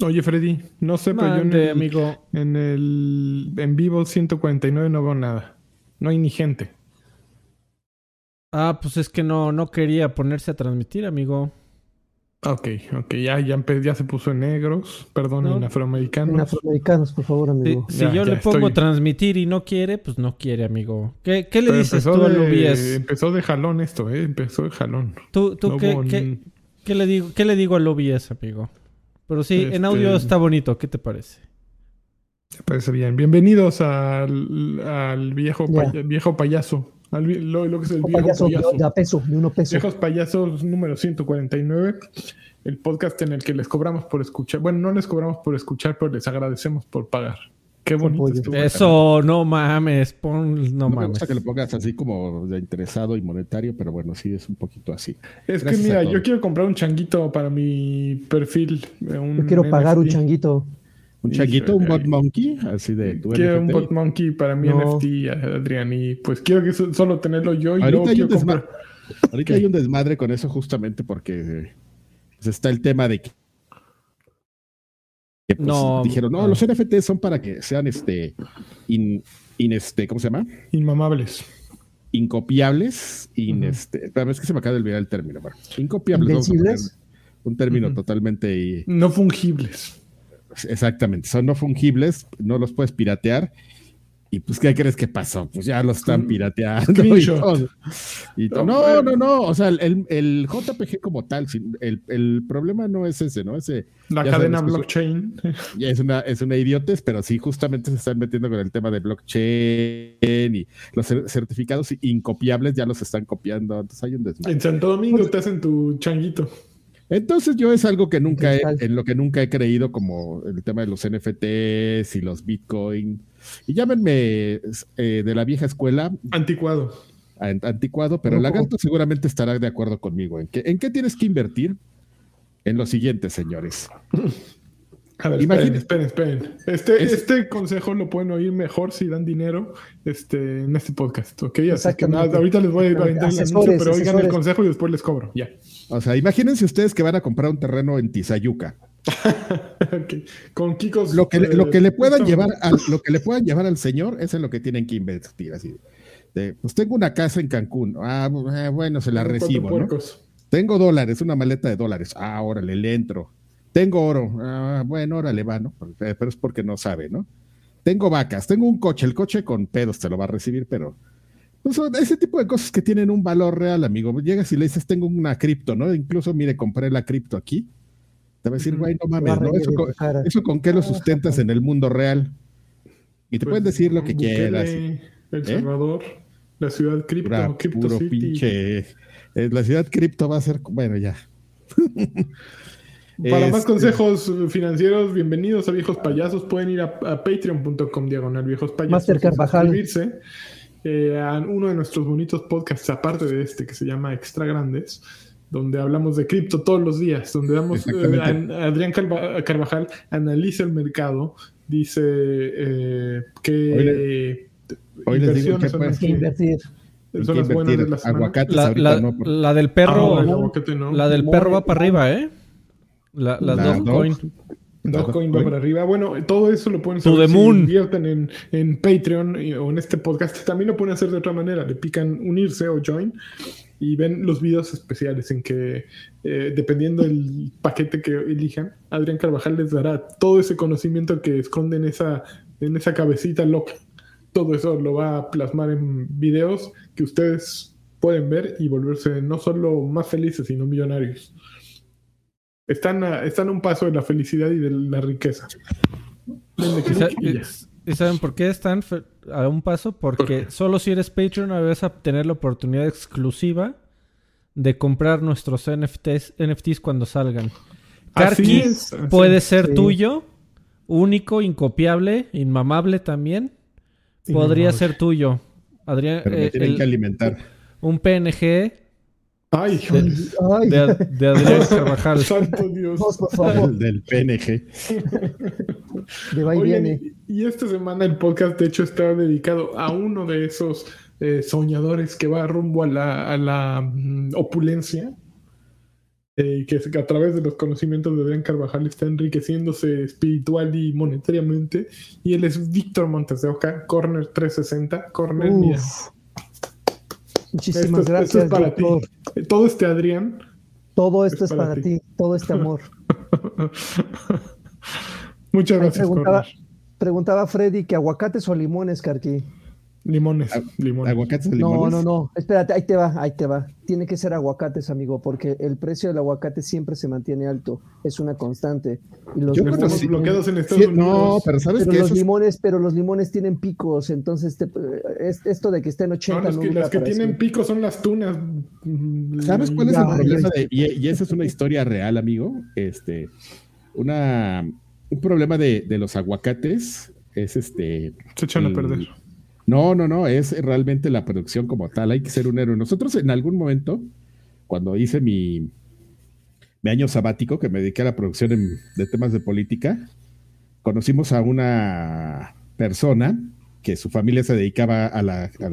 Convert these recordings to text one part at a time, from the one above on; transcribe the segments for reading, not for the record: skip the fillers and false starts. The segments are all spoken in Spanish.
Oye, Freddy, no sé, pero yo Mande, amigo. en vivo 149 no veo nada. No hay ni gente. Ah, pues es que no quería ponerse a transmitir, amigo. Ok, ok, ya se puso en negros, perdón, en No, En afroamericanos. afroamericanos, por favor, amigo. si Ya, yo ya le pongo estoy. transmitir y no quiere, pues no quiere, amigo. ¿Qué le Pero dices tú al OBS? empezó de jalón esto, empezó de jalón. ¿Tú No hubo, qué le digo al OBS, amigo? Pero sí, en audio este, está bonito, ¿qué te parece? me parece bien. Bienvenidos al Ya. viejo payaso, lo que es el O viejo payaso payaso. de a peso, de 1 peso. Viejos Payasos número 149, el podcast en el que les cobramos por escuchar. Bueno, no les cobramos por escuchar, pero les agradecemos por pagar. Qué Su bonito apoyo. estuvo eso. Eso, no mames, no No me gusta que lo mames. pongas así como de interesado y monetario, pero bueno, sí es un poquito así. Es que Gracias a mira, yo todos. quiero comprar un changuito para mi perfil, Yo un quiero pagar un NFT. changuito. Un changuito, un bot Híjole, monkey, así de tu quiero un bot NFT. monkey para mi No. NFT, Adrián, y pues quiero que solo tenerlo yo y luego Ahorita hay un quiero comprar. ahorita ¿Qué? hay un desmadre con eso justamente porque pues, está el tema de que, pues, No, dijeron, no, los NFTs son para que sean ¿cómo se llama? Inmamables. Incopiables, Ujú. pero es que se me acaba de olvidar el término. Bueno, incopiables, vamos a poner Invencibles. un término Ujú. totalmente No fungibles. exactamente, son no fungibles, no los puedes piratear. Y pues, ¿qué crees que pasó? Pues ya los están pirateando y Screenshot. todo. No, No. O sea, el JPG como tal, el problema no es ese, ¿no? Ese, la ya cadena sabemos que blockchain. ya es una idiotez, pero sí, justamente se están metiendo con el tema de blockchain y los certificados incopiables ya los están copiando. Entonces hay un desmadre. En Santo Domingo te hacen tu changuito. Entonces yo es algo que En cristal. en lo que nunca he creído, como el tema de los NFTs y los Bitcoin. Y llámenme de la vieja escuela, Anticuado. anticuado, pero el Ojo. lagarto seguramente estará de acuerdo conmigo. ¿En qué tienes que invertir? En lo siguiente, señores. A ver, Imaginen, esperen. es, Este consejo lo pueden oír mejor si dan dinero en este podcast, ¿ok? Así que nada, Exactamente. ahorita les voy a aventar el anuncio, pero oigan el consejo y después les cobro. Ya. o sea, imagínense ustedes que van a comprar un terreno en Tizayuca. Okay. Con Kikos. Lo que le puedan justamente. lo que le puedan llevar al señor es en lo que tienen que invertir. Así pues tengo una casa en Cancún. Bueno, se la Tengo cuatro recibo, ¿no? puercos. Tengo dólares, una maleta de dólares. Órale, le entro. Tengo oro. Bueno, órale, va, ¿no? Pero es porque no sabe, ¿no? Tengo vacas, tengo un coche. El coche con pedos te lo va a recibir, pero pues, ese tipo de cosas que tienen un valor real, amigo. Llegas y le dices, tengo una cripto, ¿no? Incluso, mire, compré la cripto aquí. Te va a decir, güey, no Te va a mames, ¿no? reír en tu cara. Eso con qué lo sustentas Jaja. en el mundo real. Y te Pues pueden decir lo que quieras, Bukele, El ¿eh? Salvador, la ciudad cripto, Crypto Puro City. pinche. La ciudad cripto va a ser, bueno, ya. Para más Este, consejos financieros, bienvenidos a Viejos Payasos. Pueden ir a patreon.com/Viejos Master Payasos y Carvajal. suscribirse a uno de nuestros bonitos podcasts, aparte de este, que se llama Extra Grandes, donde hablamos de cripto todos los días, donde damos Adrián Carvajal analiza el mercado, dice que hoy les digo inversiones que son las Que invertir. son las buenas de la semana. Aguacates ahorita no. La del perro, el aguacate no. la del perro va para arriba, ¿eh? Las La Dogecoin. Dogecoin va para arriba. Bueno, todo eso lo pueden To saber the si moon. invierten en Patreon o en este podcast. También lo pueden hacer de otra manera. Le pican unirse o join y ven los videos especiales en que, dependiendo del paquete que elijan, Adrián Carvajal les dará todo ese conocimiento que esconde en esa cabecita loca. Todo eso lo va a plasmar en videos que ustedes pueden ver y volverse no solo más felices, sino millonarios. Están a un paso de la felicidad y de la riqueza. Denle clic y ya. ¿Y saben por qué están a un paso? Porque solo si eres Patreon vas a tener la oportunidad exclusiva de comprar nuestros NFTs cuando salgan. Karki Así puede ser Sí. tuyo, único, incopiable, inmamable también. Podría Inmamable. ser tuyo. Adrián, Pero me tienen que alimentar. un PNG Ay, Ay, de Adrián Carvajal. santo Dios. vos, por favor. Del PNG. De va y Oigan, viene. y esta semana el podcast, de hecho, está dedicado a uno de esos soñadores que va rumbo a la opulencia. y que a través de los conocimientos de Adrián Carvajal está enriqueciéndose espiritual y monetariamente. Y él es Víctor Montes de Oca, Corner 360. Corner, mira. Muchísimas Esto gracias, es para doctor. ti. Todo este Adrián. Todo esto es para ti. Todo este amor. Muchas Ahí gracias, Corner. preguntaba Freddy que aguacates o limones, Carqui. Limones. ¿Aguacates o limones? No. Espérate, ahí te va. Tiene que ser aguacates, amigo, porque el precio del aguacate siempre se mantiene alto. Es una constante. Y los Yo limones Estamos conocí- bloqueados en Estados Unidos. No, pero ¿sabes pero qué? los limones tienen picos, entonces esto de que estén 80 No, no las que para tienen decir. pico son las tunas. ¿Sabes cuál es el Ya, problema? ya. Y esa es una historia real, amigo. Un problema de los aguacates es Se echan a perder. No, es realmente la producción como tal. Hay que ser un héroe. Nosotros en algún momento, cuando hice mi año sabático, que me dediqué a la producción de temas de política, conocimos a una persona que su familia se dedicaba El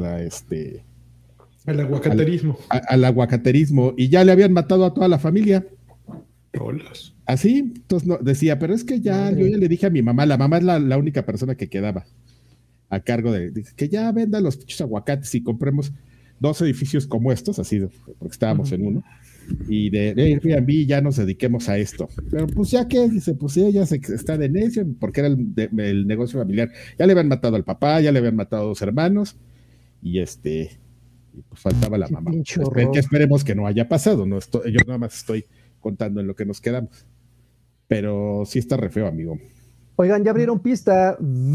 aguacaterismo. al aguacaterismo y ya le habían matado a toda la familia. Rolas. Así, entonces decía, pero es que ya, yo ya le dije a mi mamá, la mamá es la única persona que quedaba a cargo dice, que ya vendan los pinches aguacates y compremos 2 edificios como estos, así, porque estábamos en uno, y de Airbnb ya nos dediquemos a esto. Pero pues ya que, dice, pues ella está de necio, porque era el negocio familiar. Ya le habían matado al papá, ya le habían matado a 2 hermanos, y pues faltaba la mamá. pinche horror. Que esperemos que no haya pasado, yo nada más estoy contando en lo que nos quedamos. Pero sí está re feo, amigo. Oigan, ya abrieron pista.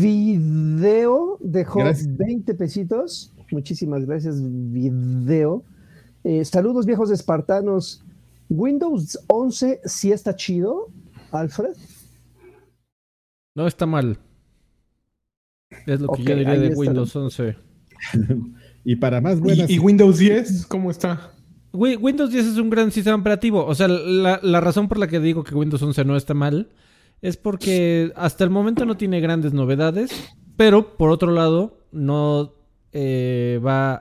Video dejó Gracias. 20 pesitos. Muchísimas gracias, Video. Saludos, viejos espartanos. Windows 11 sí está chido, Alfred. No está mal. Es lo que Ok, yo diría ahí de está Windows 11. Y para más buenas. ¿Y Windows 10? ¿Cómo está? Windows 10 es un gran sistema operativo. O sea, la razón por la que digo que Windows 11 no está mal es porque hasta el momento no tiene grandes novedades, pero por otro lado no va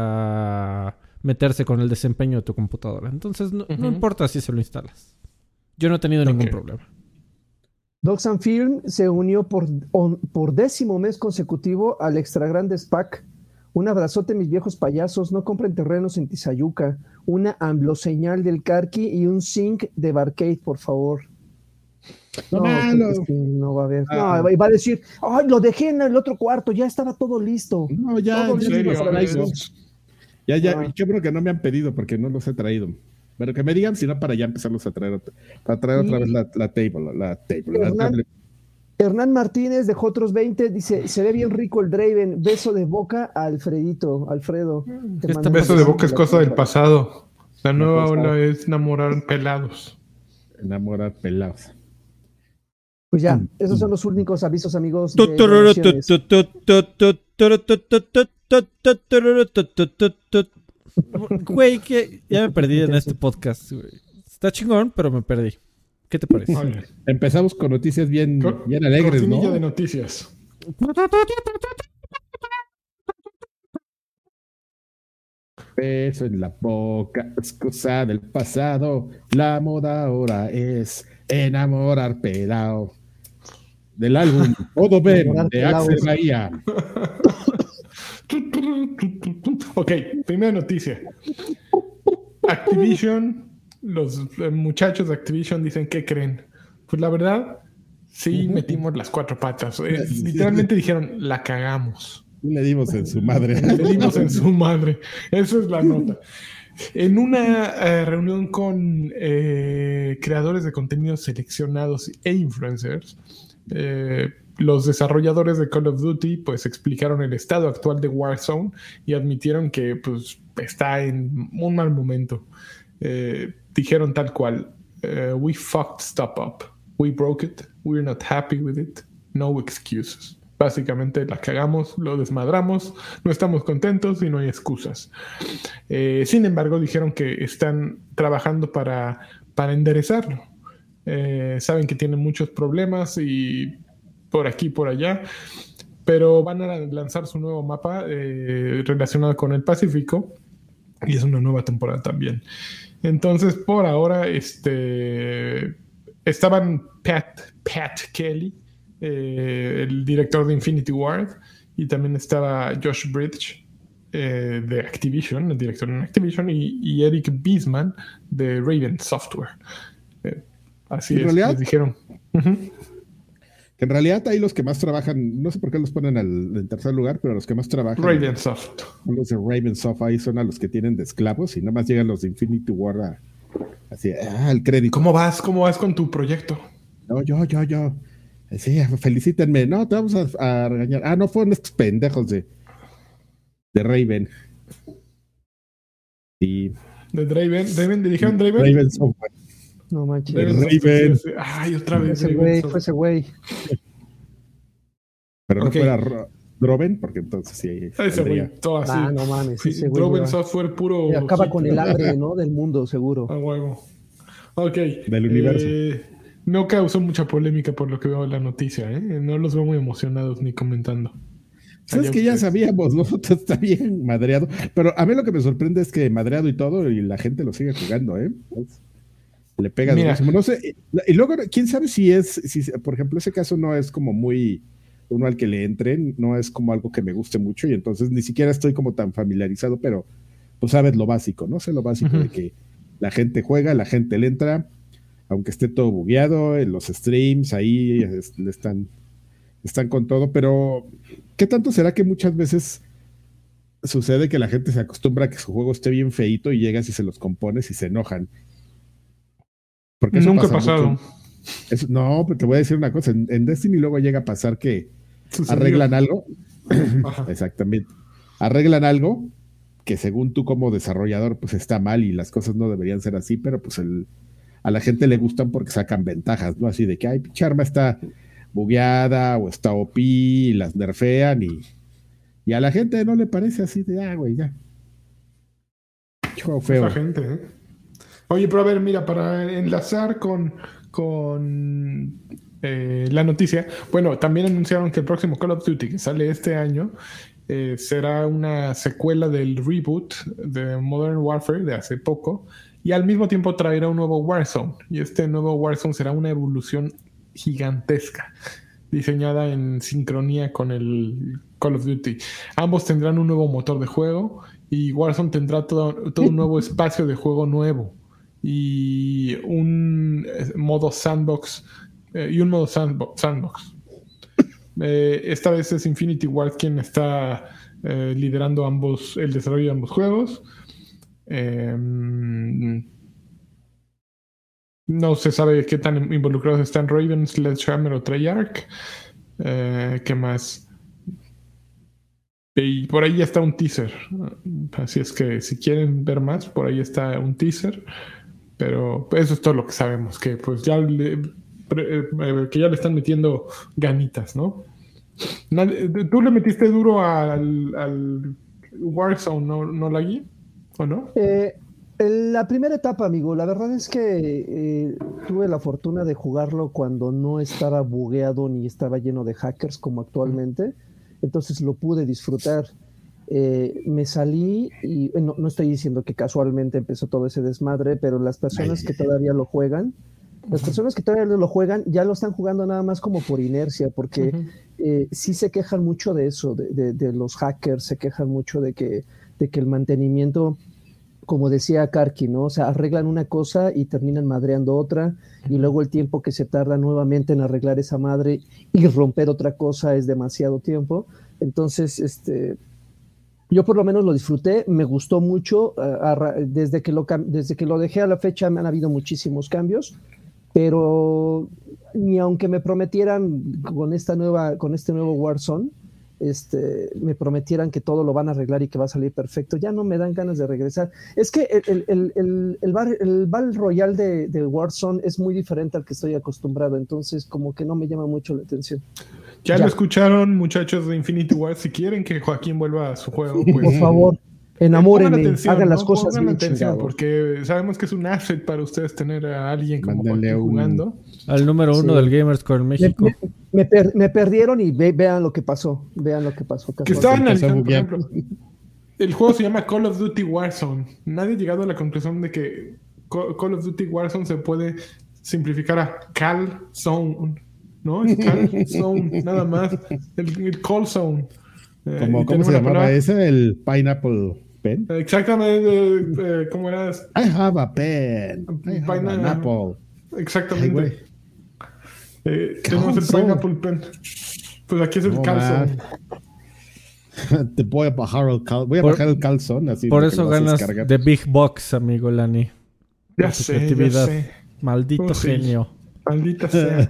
a meterse con el desempeño de tu computadora. Entonces no importa si se lo instalas. Yo no he tenido ningún problema. Docs and Film se unió por 10º mes consecutivo al Extra Grandes Pack. Un abrazote, mis viejos payasos. No compren terrenos en Tizayuca. Una AMLO señal del Carqui y un zinc de Barcade, por favor. No va a haber. No, va a decir, ay, lo dejé en el otro cuarto, ya estaba todo listo. No, ya, todo en serio, listo para eso. Ya, qué bueno que no me han pedido porque no los he traído. Pero que me digan, si no, para ya empezarlos a traer, para traer otra vez la tablet. Hernán Martínez dejó otros 20, dice, se ve bien rico el Draven, beso de boca a Alfredo. Este beso de boca es cosa del pasado. La nueva ola es enamorar pelados. Pues ya, esos son los únicos avisos, amigos. Güey, que ya me perdí en este podcast. Güey. Está chingón, pero me perdí. ¿Qué te parece? Vale. Empezamos con noticias bien alegres, cortinilla ¿no? de noticias. Beso en la boca, excusa del pasado. La moda ahora es enamorar pelao. Del álbum Todo Ver de Axel Bahía. Ok, primera noticia. Activision, los muchachos de Activision dicen, ¿qué creen? Pues la verdad, sí metimos las 4 patas. Literalmente dijeron, la cagamos. Y le dimos en su madre. Le dimos en su madre. Eso es la nota. En una reunión con creadores de contenidos seleccionados e influencers, los desarrolladores de Call of Duty pues explicaron el estado actual de Warzone y admitieron que pues está en un mal momento. Dijeron tal cual, we fucked stuff up, we broke it, we're not happy with it, no excuses. Básicamente la cagamos, lo desmadramos, no estamos contentos y no hay excusas. Sin embargo, dijeron que están trabajando para enderezarlo. Saben que tienen muchos problemas y por aquí, por allá, pero van a lanzar su nuevo mapa relacionado con el Pacífico y es una nueva temporada también. Entonces, por ahora, estaban Pat Kelly, el director de Infinity Ward, y también estaba Josh Bridge, de Activision, el director en Activision, y Eric Biesman de Raven Software. Así es, les dijeron. En realidad ahí los que más trabajan, no sé por qué los ponen en tercer lugar, pero los que más trabajan Ravensoft. Los de Ravensoft ahí son a los que tienen de esclavos y nada más llegan los de Infinity Ward así, el crédito. ¿Cómo vas con tu proyecto? No, yo. Sí, felicítenme. No, te vamos a regañar. No fueron estos pendejos de Raven. Y ¿De Draven? ¿Dirigieron Draven? Raven Software. No manches. Raven. Ay, otra vez. Fue ese güey. Pero no fuera Droven, porque entonces sí. Ese güey, todo así. No mames. Sí, Droven Software puro. Y acaba con el hambre, ¿no? Del mundo, seguro. A huevo. Ok. Del universo. No causó mucha polémica por lo que veo en la noticia, ¿eh? No los veo muy emocionados ni comentando. Sabes que ya sabíamos, nosotros está bien madreado. Pero a mí lo que me sorprende es que madreado y todo, y la gente lo sigue jugando, ¿eh? Le pega durísimo. No sé. Y luego, quién sabe si por ejemplo, ese caso no es como muy uno al que le entren, no es como algo que me guste mucho, y entonces ni siquiera estoy como tan familiarizado, pero pues sabes lo básico, ¿no? Sé lo básico de que la gente juega, la gente le entra, aunque esté todo bugueado, en los streams, ahí están con todo, pero ¿qué tanto será que muchas veces sucede que la gente se acostumbra a que su juego esté bien feíto y llegas y se los compones y se enojan? Porque nunca ha pasado. No, pero te voy a decir una cosa. En Destiny luego llega a pasar que arreglan algo. Exactamente. Arreglan algo que según tú como desarrollador pues está mal y las cosas no deberían ser así, pero pues a la gente le gustan porque sacan ventajas, ¿no? Así de que, pinche arma está bugueada o está OP y las nerfean y a la gente no le parece así de, güey, ya. Juego feo. Esa gente, ¿eh? Oye, pero a ver, mira, para enlazar con la noticia, bueno, también anunciaron que el próximo Call of Duty, que sale este año, será una secuela del reboot de Modern Warfare de hace poco, y al mismo tiempo traerá un nuevo Warzone, y este nuevo Warzone será una evolución gigantesca, diseñada en sincronía con el Call of Duty. Ambos tendrán un nuevo motor de juego, y Warzone tendrá todo un nuevo espacio de juego nuevo, y un modo sandbox esta vez es Infinity Ward quien está liderando el desarrollo de ambos juegos. No se sabe qué tan involucrados están Raven, Sledgehammer o Treyarch. ¿Qué más? Y por ahí está un teaser. Así es que si quieren ver más, por ahí está un teaser. Pero eso es todo lo que sabemos, que pues ya le están metiendo ganitas, ¿no? ¿Tú le metiste duro al Warzone, no Lagui? ¿O no? La primera etapa, amigo, la verdad es que tuve la fortuna de jugarlo cuando no estaba bugueado ni estaba lleno de hackers como actualmente, entonces lo pude disfrutar. Me salí y no estoy diciendo que casualmente empezó todo ese desmadre, pero las personas que todavía lo juegan, ya lo están jugando nada más como por inercia, porque sí se quejan mucho de eso, de los hackers, se quejan mucho de que el mantenimiento, como decía Karki, ¿no? O sea, arreglan una cosa y terminan madreando otra, y luego el tiempo que se tarda nuevamente en arreglar esa madre y romper otra cosa es demasiado tiempo. Entonces, yo por lo menos lo disfruté, me gustó mucho, desde que lo dejé a la fecha han habido muchísimos cambios, pero ni aunque me prometieran con este nuevo Warzone, me prometieran que todo lo van a arreglar y que va a salir perfecto, ya no me dan ganas de regresar. Es que el Battle Royale de Warzone es muy diferente al que estoy acostumbrado, entonces como que no me llama mucho la atención. Ya lo escucharon, muchachos de Infinity Ward. Si quieren que Joaquín vuelva a su juego, pues, por favor, enamórenme, hagan las cosas bien, atención, porque sabemos que es un asset para ustedes tener a alguien como Joaquín jugando. Al número 1 del Gamerscore en México. Me perdieron y vean lo que pasó. Que estaban analizando, por ejemplo, el juego se llama Call of Duty Warzone. Nadie ha llegado a la conclusión de que Call of Duty Warzone se puede simplificar a Cal Zone, ¿no? Es Cal Zone, nada más. El Call Zone. ¿Cómo se llamaba ese? El Pineapple Pen. Exactamente. ¿Cómo era? I have a pen. I have an apple. Exactamente. Tenemos el Pineapple Pen. Pues aquí es el calzón. Te voy a bajar el calzón. Así por eso ganas The Big Box, amigo Lani. Ya sé. Maldito genio. Maldita sea.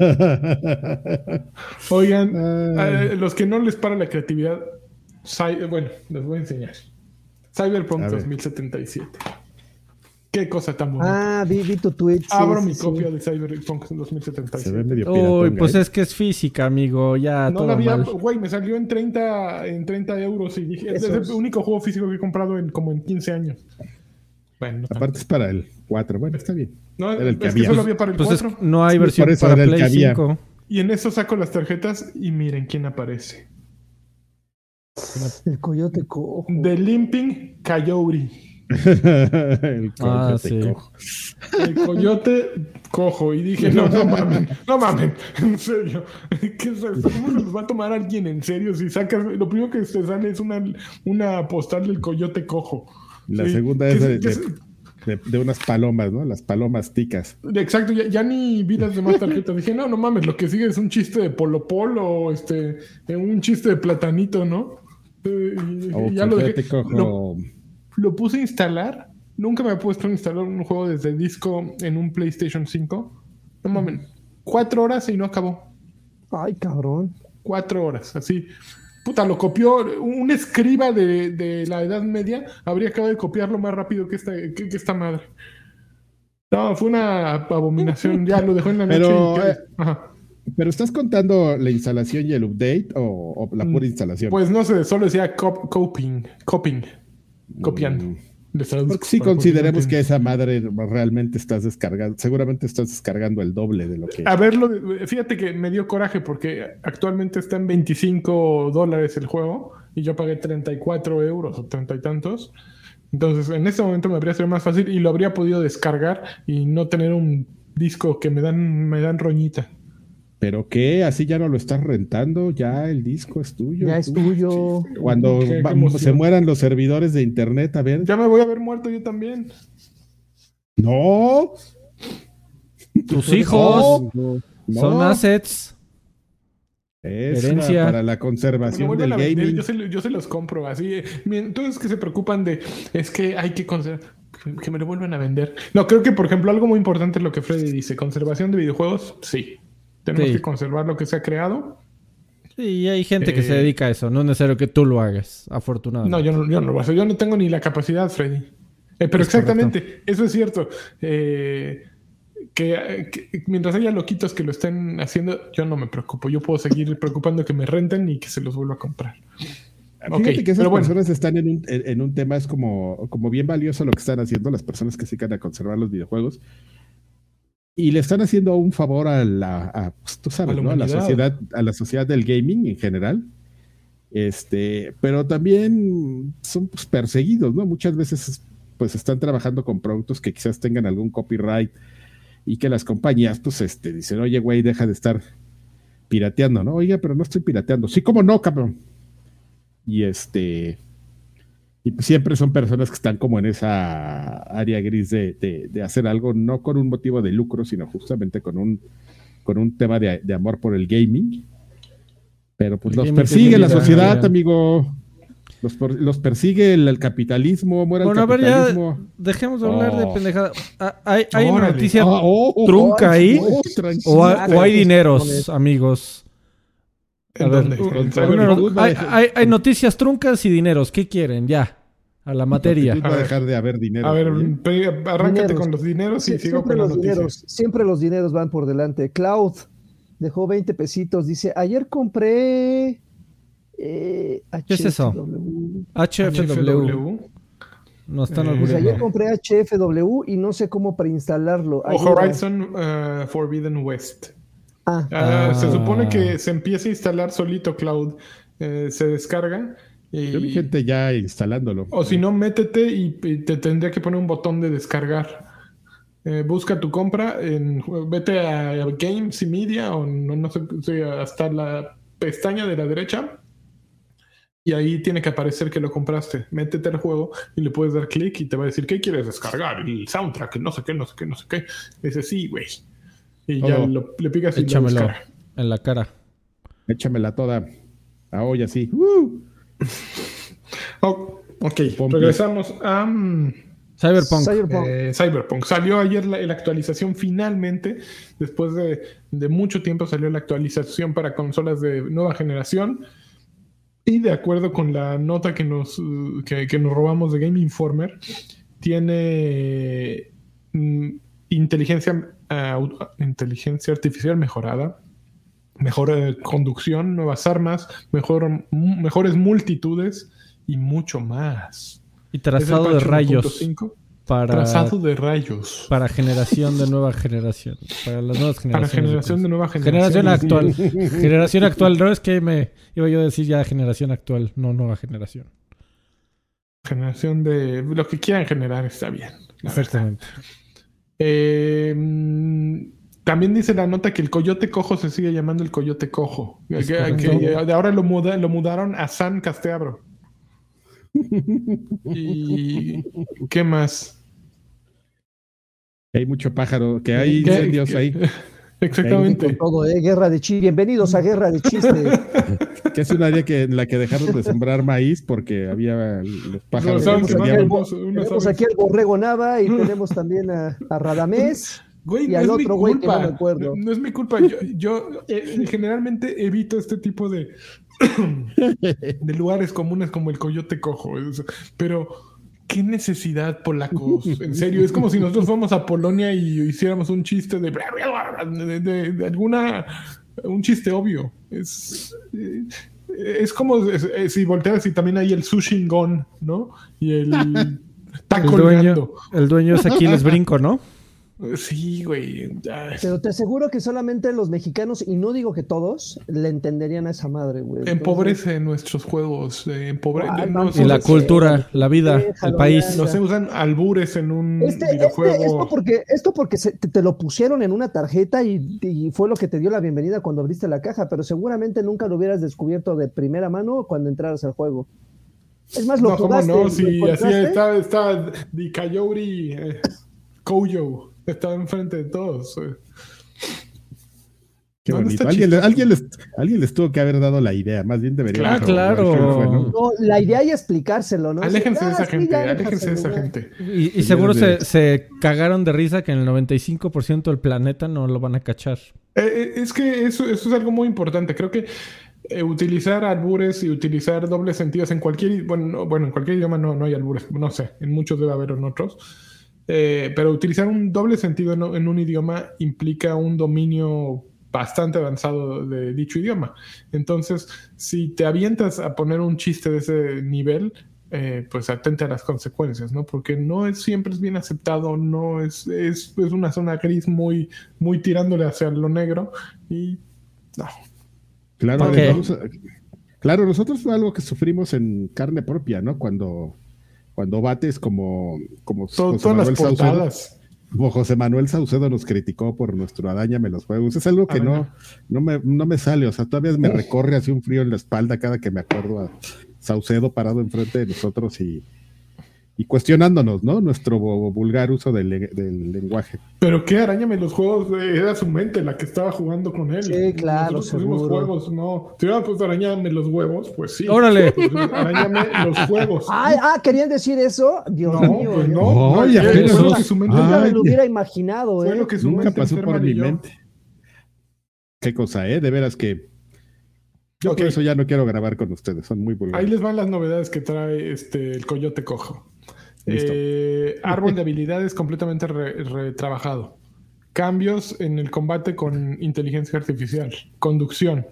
Oigan, los que no les para la creatividad, bueno, les voy a enseñar. Cyberpunk 2077. Qué cosa tan bonita. Vi tu tweet. Abro mi copia de Cyberpunk 2077. Se ve medio piratón. Uy, pues es que es física, amigo. Ya no todo la había, mal. Güey, me salió en 30 euros y dije, es el único juego físico que he comprado como en 15 años. Bueno, aparte es para el 4. Bueno, está bien. No, era el que había. Solo había para el 4. No hay versión para Play 5. Y en eso saco las tarjetas y miren quién aparece. El coyote cojo. The Limping Coyote. El coyote cojo. El coyote cojo. Y dije, no mamen. En serio. ¿Cómo se los va a tomar alguien en serio si sacas? Lo primero que te sale es una postal del coyote cojo. La segunda es de unas palomas, ¿no? Las palomas ticas. Exacto, ya ni vidas de más tarjetas. Dije, no mames, lo que sigue es un chiste de Polo Polo, un chiste de Platanito, ¿no? Ya lo dejé. Lo puse a instalar. Nunca me he puesto a instalar un juego desde disco en un PlayStation 5. No mames, 4 horas y no acabó. Ay, cabrón. 4 horas, así. Puta, lo copió un escriba de la Edad Media. Habría acabado de copiarlo más rápido que esta madre. No, fue una abominación. Ya lo dejó en la noche. ¿Pero estás contando la instalación y el update o la pura instalación? Pues no sé, solo decía copiando. Porque sí consideremos que esa madre realmente estás descargando, seguramente estás descargando el doble de lo que... A verlo, fíjate que me dio coraje porque actualmente está en $25 el juego y yo pagué 34 euros o 30 y tantos. Entonces en este momento me habría sido más fácil y lo habría podido descargar y no tener un disco que me dan roñita. ¿Pero qué? ¿Así ya no lo estás rentando? ¿Ya el disco es tuyo? Ya es tuyo. Cuando se mueran los servidores de internet, a ver... Ya me voy a haber muerto yo también. ¡No! Tus hijos son assets. Herencia para la conservación del gaming. Yo se los compro así. Entonces que se preocupan es que hay que conservar... Que me lo vuelvan a vender. No, creo que, por ejemplo, algo muy importante es lo que Freddy dice. Conservación de videojuegos, sí. Tenemos que conservar lo que se ha creado. Sí, hay gente que se dedica a eso. No es necesario que tú lo hagas, afortunadamente. No, yo no lo voy a hacer. Yo no tengo ni la capacidad, Freddy. Pero exactamente, correcto. Eso es cierto. Que mientras haya loquitos que lo estén haciendo, yo no me preocupo. Yo puedo seguir preocupando que me renten y que se los vuelva a comprar. Fíjate que esas personas están en un tema, es como bien valioso lo que están haciendo las personas que se dedican a conservar los videojuegos. Y le están haciendo un favor pues, tú sabes, ¿no? A la sociedad del gaming en general. Pero también son pues, perseguidos, ¿no? Muchas veces pues están trabajando con productos que quizás tengan algún copyright y que las compañías pues dicen, oye, güey, deja de estar pirateando, ¿no? Oiga, pero no estoy pirateando. Sí, ¿cómo no, cabrón? Y y pues siempre son personas que están como en esa área gris de hacer algo, no con un motivo de lucro, sino justamente con un tema de amor por el gaming. Pero pues los persigue la sociedad, amigo. Los persigue el capitalismo, muera el capitalismo. A ver, ya dejemos de hablar de pendejada. ¿Hay una noticia trunca ahí? ¿O hay dineros, amigos? A ver, hay noticias truncas y dineros. ¿Qué quieren? Ya. A la materia. Va a dejar de haber dinero. A ver, arráncate con los dineros y sigo con las noticias. Siempre los dineros van por delante. Cloud dejó 20 pesitos. Dice, ayer compré... ¿Qué es eso? HFW. No están olvidando. Ayer compré HFW y no sé cómo preinstalarlo. Horizon Forbidden West. Se supone que se empieza a instalar solito Cloud. Se descarga. Yo vi gente ya instalándolo. O si no, métete y te tendría que poner un botón de descargar. Busca tu compra, vete a Games y Media o no sé, hasta la pestaña de la derecha y ahí tiene que aparecer que lo compraste. Métete al juego y le puedes dar clic y te va a decir, ¿qué quieres descargar? El soundtrack, no sé qué. Dice, sí, güey. Y ya le picas y lo descarga. En la cara. Échamela toda a olla, sí. Ok, regresamos a... Cyberpunk. Salió ayer la actualización finalmente. Después de mucho tiempo salió la actualización para consolas de nueva generación. Y de acuerdo con la nota que nos robamos de Game Informer, tiene inteligencia artificial mejorada, mejor conducción, nuevas armas, mejores multitudes y mucho más. Y trazado de rayos. Trazado de rayos. Para generación de nueva generación. Para las nuevas generaciones. Para generación de nueva generación. Generación actual. Generación actual. No es que iba yo a decir ya generación actual, no nueva generación. Generación de lo que quieran generar está bien. Exactamente. También dice la nota que el Coyote Cojo se sigue llamando el Coyote Cojo. Que de ahora lo mudaron a San Casteabro. ¿Y qué más? Hay mucho pájaro, que hay incendios ahí. Exactamente. Todo, guerra de chistes. Bienvenidos a Guerra de Chistes. Que es un área en la que dejaron de sembrar maíz porque había los pájaros. Tenemos aquí al Borrego Nava y tenemos también a Radamés. Güey, y al otro güey que no me acuerdo. No es mi culpa. Yo generalmente evito este tipo de lugares comunes como el Coyote Cojo. Pero, ¿qué necesidad, polacos? En serio, es como si nosotros fuéramos a Polonia y hiciéramos un chiste de un chiste obvio. Es como si voltearas y también hay el Sushingon, ¿no? Y el taco. El dueño es Aquiles Brinco, ¿no? Sí, güey. Pero te aseguro que solamente los mexicanos, y no digo que todos, le entenderían a esa madre, güey. Empobrece nuestros juegos. Y la cultura, la vida, el país. No se usan albures en un videojuego. Esto porque te lo pusieron en una tarjeta y fue lo que te dio la bienvenida cuando abriste la caja, pero seguramente nunca lo hubieras descubierto de primera mano cuando entraras al juego. Es más, lo jugaste. ¿Cómo no? Sí, así está Di Coyote Koyo. Estaba enfrente de todos. Qué bonito. Alguien les tuvo que haber dado la idea. Más bien debería. Claro. No, la idea y explicárselo, ¿no? Aléjense de esa gente. Y seguro se cagaron de risa que en el 95% del planeta no lo van a cachar. Es que eso es algo muy importante. Creo que utilizar albures y utilizar dobles sentidos en cualquier... Bueno, en cualquier idioma no hay albures. No sé, en muchos debe haber, en otros. Pero utilizar un doble sentido en un idioma implica un dominio bastante avanzado de dicho idioma. Entonces, si te avientas a poner un chiste de ese nivel, pues atente a las consecuencias, ¿no? Porque siempre es bien aceptado, no es una zona gris muy, muy tirándole hacia lo negro y no. Claro, claro, nosotros fue algo que sufrimos en carne propia, ¿no? Cuando Bates como todas las portadas. Como José Manuel Saucedo nos criticó por nuestro Adáñame los juegos. Es algo que no me sale. O sea, todavía me recorre así un frío en la espalda cada que me acuerdo a Saucedo parado enfrente de nosotros y cuestionándonos, ¿no? Nuestro vulgar uso del lenguaje. Pero qué, Aráñame los juegos, era su mente la que estaba jugando con él. Sí, claro, nosotros pusimos juegos, no. Si hubieran puesto Aráñame los huevos, pues sí. ¡Órale! Pues, Aráñame los juegos. ¿Querían decir eso? Dios mío. Pues no. Fue lo que su mente... Nunca me lo hubiera imaginado, Fue lo que su nunca mente pasó por mi mente. Qué cosa, De veras que... Yo por eso ya no quiero grabar con ustedes, son muy vulgares. Ahí les van las novedades que trae el Coyote Cojo. Árbol de habilidades completamente retrabajado. Cambios en el combate con inteligencia artificial. Conducción.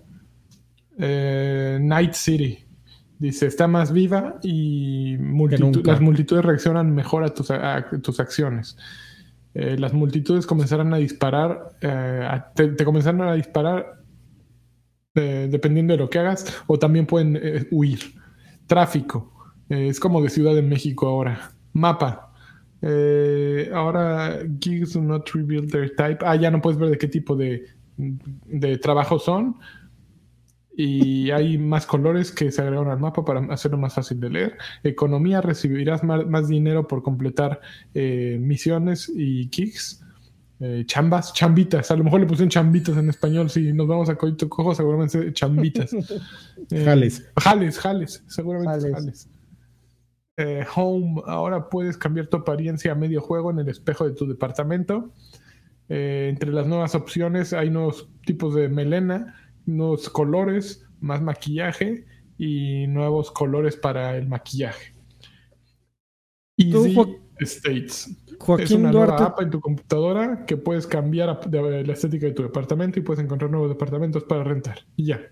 Night City. Dice, está más viva y las multitudes reaccionan mejor a tus acciones. Las multitudes comenzarán a disparar. Te comenzarán a disparar dependiendo de lo que hagas, o también pueden huir. Tráfico. Es como de Ciudad de México ahora. Mapa. Ahora gigs do not reveal their type. Ya no puedes ver de qué tipo de trabajo son. Y hay más colores que se agregaron al mapa para hacerlo más fácil de leer. Economía, recibirás más dinero por completar misiones y gigs. Chambitas, a lo mejor le pusieron chambitas en español. Si nos vamos a Coito Cojo, seguramente chambitas. Jales, seguramente jales. Home, ahora puedes cambiar tu apariencia a medio juego en el espejo de tu departamento. Entre las nuevas opciones hay nuevos tipos de melena, nuevos colores, más maquillaje y nuevos colores para el maquillaje. Easy States. Joaquín es una Duarte. nueva app en tu computadora que puedes cambiar de la estética de tu departamento y puedes encontrar nuevos departamentos para rentar. Y ya.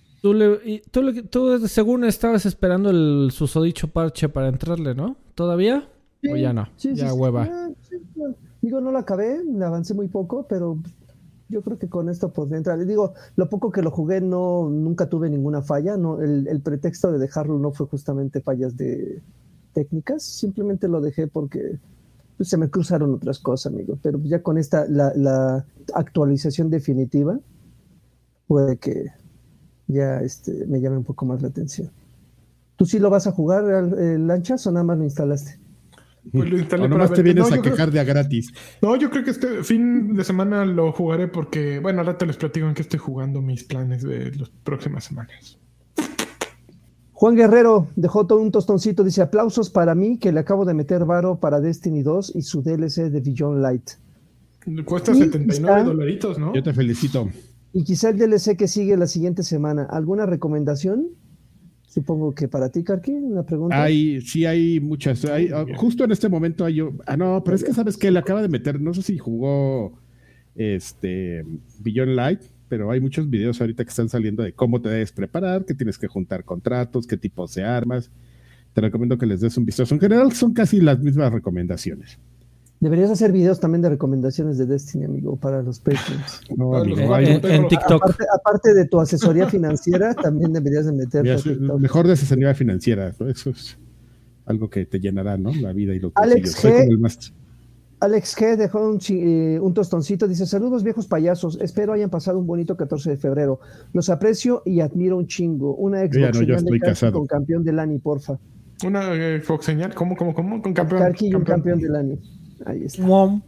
Tú según estabas esperando el susodicho parche para entrarle, ¿no? ¿Todavía? Sí, ¿O ya no? Sí, ya hueva. Digo, no lo acabé, le avancé muy poco, pero yo creo que con esto podría entrar. Digo, lo poco que lo jugué nunca tuve ninguna falla. No, el pretexto de dejarlo no fue justamente fallas de técnicas, simplemente lo dejé porque pues, se me cruzaron otras cosas, amigo. Pero ya con esta, la actualización definitiva, puede que ya me llame un poco más la atención. ¿Tú sí lo vas a jugar, Lanchas, o nada más lo instalaste? Pues lo instalé para ver. Te vienes a quejar de a gratis. No, yo creo que este fin de semana lo jugaré porque, bueno, ahora te les platico en qué estoy jugando mis planes de las próximas semanas. Juan Guerrero dejó todo un tostoncito, dice: aplausos para mí que le acabo de meter varo para Destiny 2 y su DLC de Beyond Light. Cuesta $79, ¿no? Yo te felicito. Y quizá el DLC que sigue la siguiente semana. ¿Alguna recomendación? Supongo que para ti, Karki, una pregunta. Sí, hay muchas. Justo en este momento hay... no, pero es que sabes que le acaba de meter, no sé si jugó Beyond Light, pero hay muchos videos ahorita que están saliendo de cómo te debes preparar, que tienes que juntar contratos, qué tipos de armas. Te recomiendo que les des un vistazo. En general son casi las mismas recomendaciones. Deberías hacer videos también de recomendaciones de Destiny, amigo, para los Patreons. No, amigo, en TikTok. Aparte de tu asesoría financiera, también deberías de meter. Mejor de asesoría financiera, ¿no? Eso es algo que te llenará, ¿no? La vida y lo que Alex G dejó un tostoncito, dice: saludos viejos payasos, espero hayan pasado un bonito 14 de febrero. Los aprecio y admiro un chingo. Una Xbox señal de Karki con campeón de LANi, porfa. Una Xbox señal, ¿cómo? Con campeón. Karki y un campeón de LANi. Ahí está.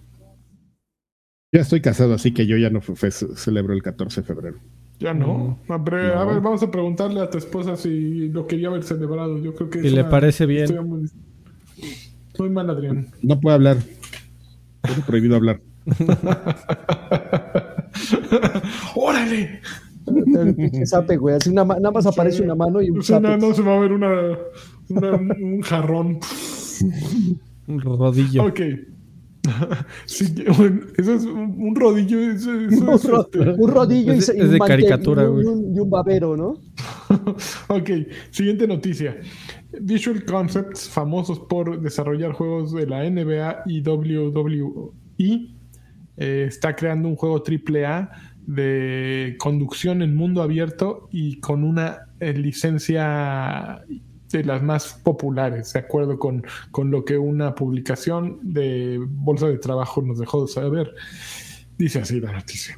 Ya estoy casado, así que yo ya no celebro el 14 de febrero. Ya no. A ver, vamos a preguntarle a tu esposa si lo quería haber celebrado. Yo creo que si le parece bien. Muy mal, Adrián. No puedo hablar. Tengo prohibido hablar. ¡Órale! Sape, güey. Así nada más aparece una mano y un sape. No se va a ver un jarrón. Un rodillo. Ok. Sí, eso es un rodillo. Un rodillo es de caricatura, güey. Y un babero, ¿no? Ok, siguiente noticia. Visual Concepts, famosos por desarrollar juegos de la NBA y WWE, está creando un juego AAA de conducción en mundo abierto y con una licencia de las más populares, de acuerdo con lo que una publicación de Bolsa de Trabajo nos dejó saber. Dice así la noticia.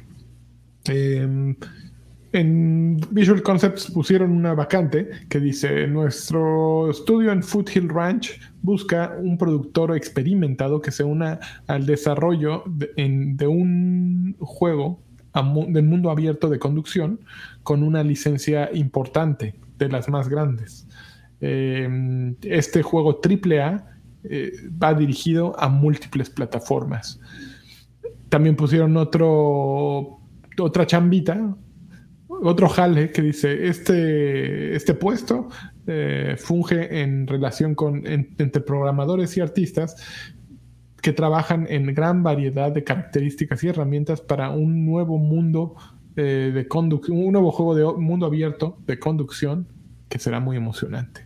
En Visual Concepts pusieron una vacante que dice: nuestro estudio en Foothill Ranch busca un productor experimentado que se una al desarrollo de un juego del mundo abierto de conducción con una licencia importante, de las más grandes. Este juego AAA va dirigido a múltiples plataformas. También pusieron otra chambita, otro jale que dice: este puesto funge en relación entre programadores y artistas que trabajan en gran variedad de características y herramientas para un nuevo mundo de conducción, un nuevo juego de mundo abierto de conducción que será muy emocionante.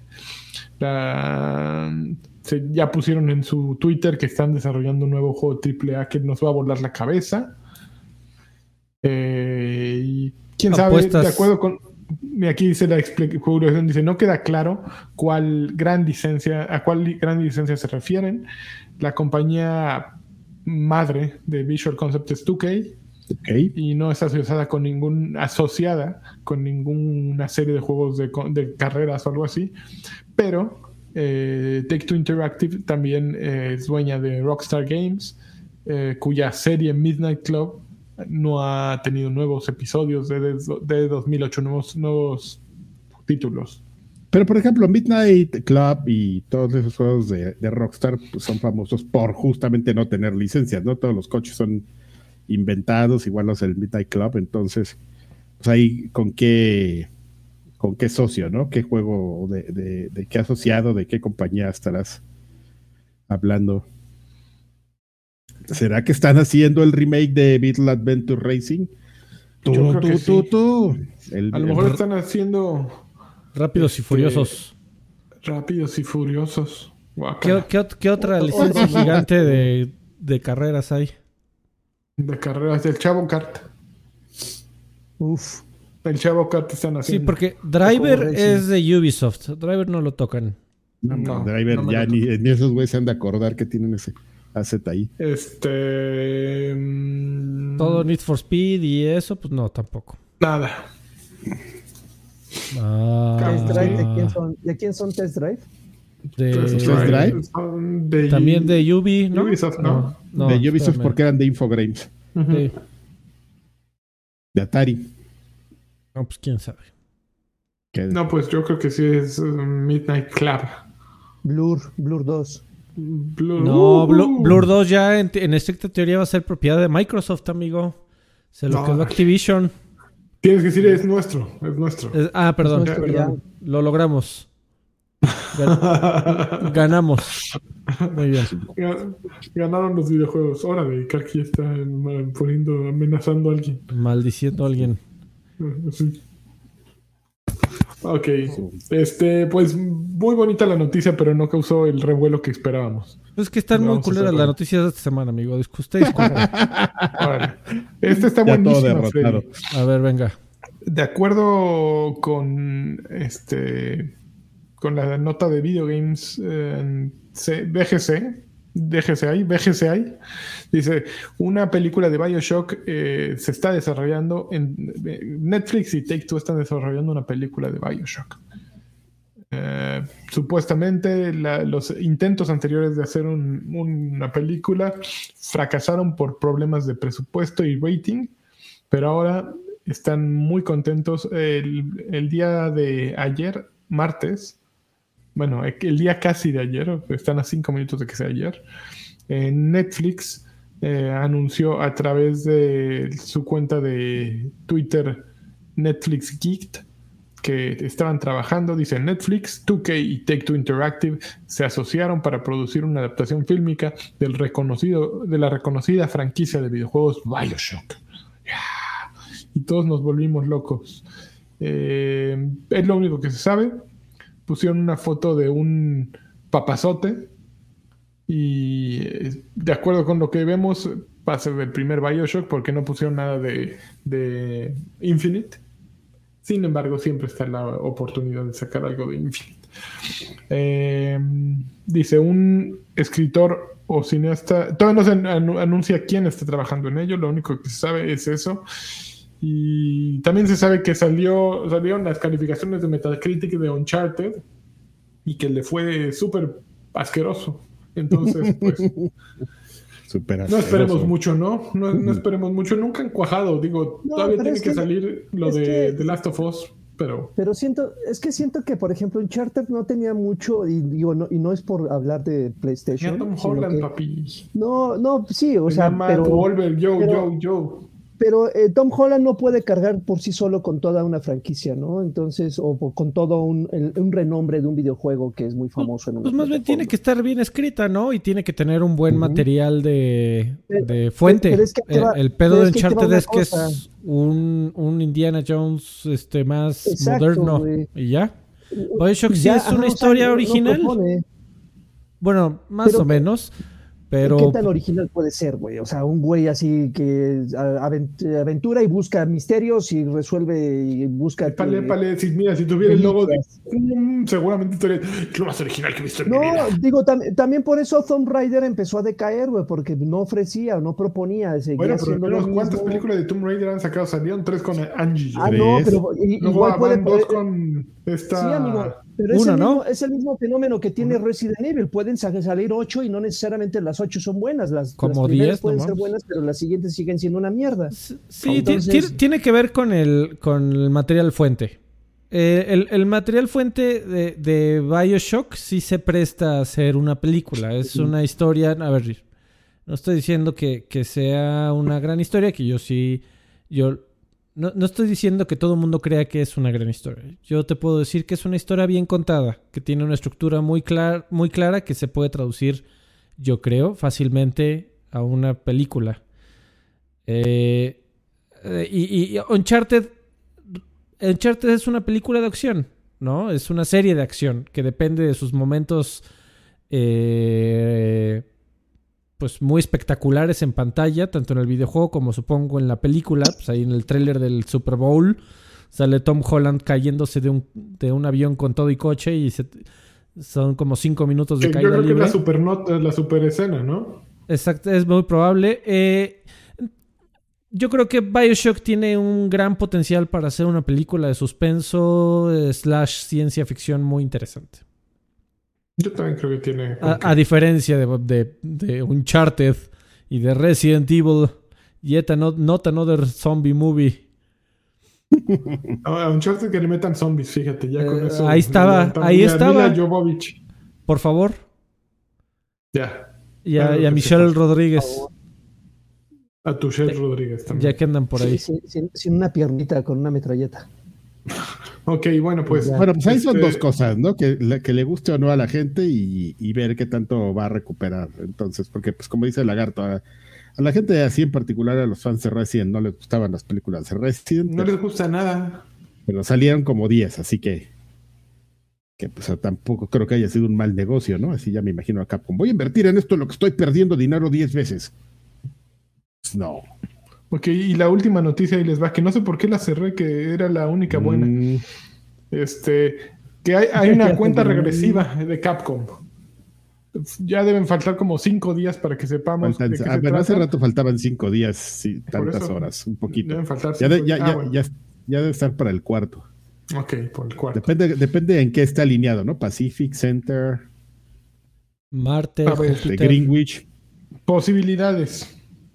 Ya pusieron en su Twitter que están desarrollando un nuevo juego AAA que nos va a volar la cabeza. Y quién sabe, de acuerdo con aquí dice la explicación, dice, no queda claro a cuál gran licencia se refieren. La compañía madre de Visual Concept es 2K. Okay. Y no está asociada con ninguna serie de juegos de carreras o algo así. Pero Take-Two Interactive también es dueña de Rockstar Games, cuya serie Midnight Club no ha tenido nuevos episodios de 2008, nuevos títulos. Pero, por ejemplo, Midnight Club y todos esos juegos de Rockstar pues, son famosos por justamente no tener licencias, ¿no? Todos los coches son inventados, igual los del Midnight Club, entonces, pues ahí con qué socio, ¿no? ¿Qué juego, de qué asociado, de qué compañía estarás hablando? ¿Será que están haciendo el remake de Beetle Adventure Racing? Yo creo que sí. A lo mejor están haciendo Rápidos y Furiosos. Rápidos y Furiosos. ¿Qué otra licencia gigante de carreras hay? De carreras del Chavo Kart. Uf. El Chavo Kart están haciendo. Sí, porque Driver es de Ubisoft. Driver no lo tocan. No, Driver ya ni esos güeyes se han de acordar que tienen ese asset ahí. Todo Need for Speed y eso, pues no, tampoco. Nada. Test Drive, ¿de quién son Test Drive? ¿Test Drive? También de Ubi, ¿no? Ubisoft, ¿no? De Ubisoft porque eran de Infogrames. Sí. De Atari. No, pues quién sabe. No, pues yo creo que sí es Midnight Club. Blur 2. Blur 2 ya en estricta teoría va a ser propiedad de Microsoft, amigo. Se lo quedó Activision. Tienes que decir es nuestro. Perdón. Lo logramos. Ganamos. Muy bien. Ganaron los videojuegos. Órale, Karki está amenazando a alguien. Maldiciendo a alguien. Sí. Ok. Pues muy bonita la noticia, pero no causó el revuelo que esperábamos. Es que están muy culeras las noticias de esta semana, amigo. Usted disculpe. Está buenísimo, Freddy. A ver, venga. De acuerdo con la nota de Video Games BGCI, dice, una película de BioShock se está desarrollando en Netflix y Take-Two están desarrollando una película de BioShock. Supuestamente los intentos anteriores de hacer una película fracasaron por problemas de presupuesto y rating, pero ahora están muy contentos. El día de ayer, martes, bueno, el día casi de ayer, están a 5 minutos de que sea ayer, Netflix anunció a través de su cuenta de Twitter, Netflix Geeked, que estaban trabajando. Dice: Netflix, 2K y Take-Two Interactive se asociaron para producir una adaptación fílmica de la reconocida franquicia de videojuegos BioShock. Y todos nos volvimos locos. Es lo único que se sabe. Pusieron una foto de un papazote y de acuerdo con lo que vemos va a ser el primer BioShock, porque no pusieron nada de Infinite. Sin embargo, siempre está la oportunidad de sacar algo de Infinite. Dice, un escritor o cineasta, todavía no se anuncia quién está trabajando en ello, lo único que se sabe es eso. Y también se sabe que salieron las calificaciones de Metacritic de Uncharted y que le fue súper asqueroso. Entonces, pues no esperemos mucho, ¿no? No esperemos mucho. Nunca han cuajado. Digo, todavía tiene que salir lo de The Last of Us, pero siento que, por ejemplo, Uncharted no tenía mucho, y no es por hablar de PlayStation. Tom Holland, papi. No, sí, o sea, pero Wolver, yo. Pero Tom Holland no puede cargar por sí solo con toda una franquicia, ¿no? Entonces, o con todo un renombre de un videojuego que es muy famoso. Pues más bien tiene que estar bien escrita, ¿no? Y tiene que tener un buen material de fuente. Pero es que el pedo de Uncharted es que es un Indiana Jones más moderno. Y ya. BioShock sí es una historia original. Bueno, más o menos. Pero... ¿Qué tan original puede ser, güey? O sea, un güey así que aventura y busca misterios y resuelve y busca... Épale, mira, si tuviera el logo de... seguramente estaría lo más original que he visto en mi vida. Digo, también por eso Tomb Raider empezó a decaer, güey, porque no ofrecía, no proponía. Bueno, pero ¿cuántas películas de Tomb Raider han sacado? Salieron 3 con Angie. No, pero igual pueden... 2 con esta... Sí, amigo, pero es el mismo fenómeno que tiene Resident Evil. Pueden salir 8 y no necesariamente las 8 son buenas. Las primeras 10 pueden ser buenas, pero las siguientes siguen siendo una mierda. Sí, entonces... tiene que ver con el material fuente. El material fuente de BioShock sí se presta a hacer una película. Es una historia... A ver, no estoy diciendo que sea una gran historia, que no estoy diciendo que todo el mundo crea que es una gran historia. Yo te puedo decir que es una historia bien contada, que tiene una estructura muy clara que se puede traducir, yo creo, fácilmente a una película. Y Uncharted es una película de acción, ¿no? Es una serie de acción que depende de sus momentos pues muy espectaculares en pantalla, tanto en el videojuego como supongo en la película. Pues ahí en el tráiler del Super Bowl sale Tom Holland cayéndose de un avión con todo y coche y son como 5 minutos de caída libre. Yo creo que es la super escena, ¿no? Exacto, es muy probable. Yo creo que BioShock tiene un gran potencial para hacer una película de suspenso / ciencia ficción muy interesante. Yo también creo que tiene... A diferencia de Uncharted y de Resident Evil, yet not another zombie movie. A Uncharted que le metan zombies, fíjate, ya con eso... Ahí estaba. Mila Jovovich. Por favor. Ya. Y a Michelle Rodríguez. A Tuchelle Rodríguez también. Ya que andan por ahí. Sin una piernita, con una metralleta. Ok, bueno, pues... Bueno, pues ahí son dos cosas, ¿no? Que le guste o no a la gente y ver qué tanto va a recuperar. Entonces, porque pues como dice el Lagarto, a la gente así en particular, a los fans de Resident, no les gustaban las películas de Resident. No les gusta nada. Pero salieron como 10, así que pues tampoco creo que haya sido un mal negocio, ¿no? Así ya me imagino a Capcom. Voy a invertir en esto lo que estoy perdiendo dinero 10 veces. Pues no. Ok, y la última noticia ahí les va, que no sé por qué la cerré, que era la única buena. Que hay una cuenta regresiva de Capcom. Ya deben faltar como 5 días para que sepamos de qué se bueno, trata. hace rato faltaban 5 días, sí, tantas horas, un poquito. Deben faltar ya debe estar para el cuarto. Ok, por el cuarto. Depende en qué está alineado, ¿no? Pacific Center, Marte, Greenwich. Posibilidades.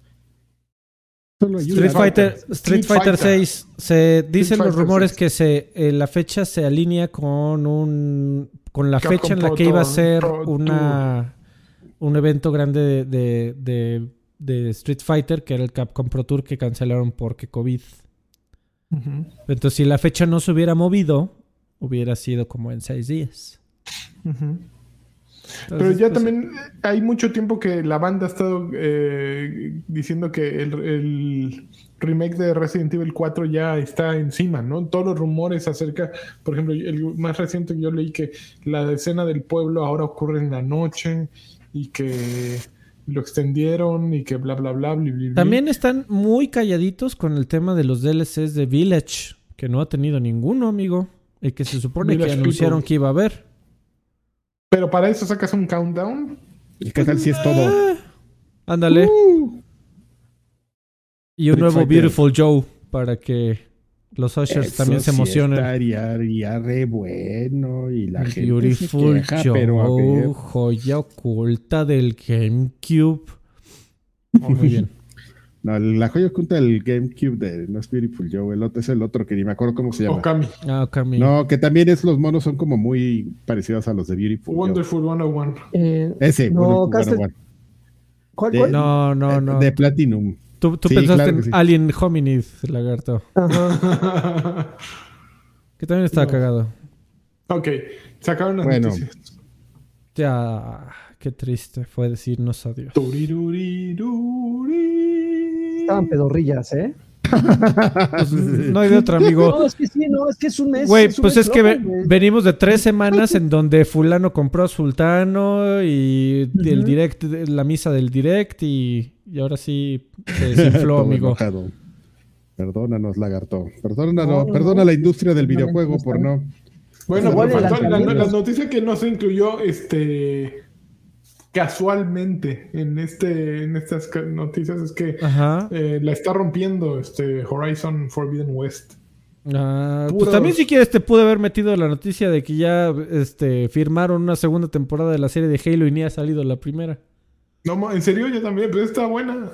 Street Fighter 6. Se dicen los rumores 6. Que la fecha se alinea con la Capcom fecha en la que iba a ser un evento grande de Street Fighter, que era el Capcom Pro Tour, que cancelaron porque COVID. Uh-huh. Entonces, si la fecha no se hubiera movido, hubiera sido como en 6 días. Uh-huh. Pero ya también hay mucho tiempo que la banda ha estado diciendo que el remake de Resident Evil 4 ya está encima, ¿no? Todos los rumores acerca, por ejemplo, el más reciente que yo leí, que la escena del pueblo ahora ocurre en la noche y que lo extendieron y que bla, bla, bla, bla, bla, bla. También están muy calladitos con el tema de los DLCs de Village, que no ha tenido ninguno, amigo. El que se supone Village que anunciaron que iba a haber. Pero para eso sacas un countdown. ¿Y qué tal si es todo? Ándale. Y un nuevo Beautiful Joe para que los ushers eso también se emocionen. Estaría re bueno y la gente Beautiful se queja, Joe, pero a ver. joya oculta del GameCube. Muy bien. No, la joya oculta del GameCube no es Beautiful Joe, el otro es el otro que ni me acuerdo cómo se llama. Okami. No, que también los monos son como muy parecidos a los de Beautiful Wonderful Joe. 101. Ese, no, Wonderful 101. ¿Cuál? No. De Platinum. Tú sí, pensaste claro en sí. Alien Hominid, lagarto. Ajá. Que también estaba cagado. Ok, sacaron las noticias. Ya, qué triste fue decirnos adiós. Estaban pedorrillas, ¿eh? Pues, no hay de otro, amigo. No, es que sí, no, es que es un mes. Güey, pues es que güey. venimos de 3 semanas en donde fulano compró a sultano y el direct, la misa del direct y ahora sí se desinfló, amigo. Enojado. Perdónanos, lagarto. Perdona la industria del videojuego por no... Bueno, Igual pero el faltó la lanzamiento. noticia que no se incluyó casualmente en estas noticias es que Ajá. la está rompiendo Horizon Forbidden West. Pues Puros- también si quieres te pude haber metido la noticia de que ya firmaron una segunda temporada de la serie de Halo y ni ha salido la primera. No, en serio, yo también, pero está buena.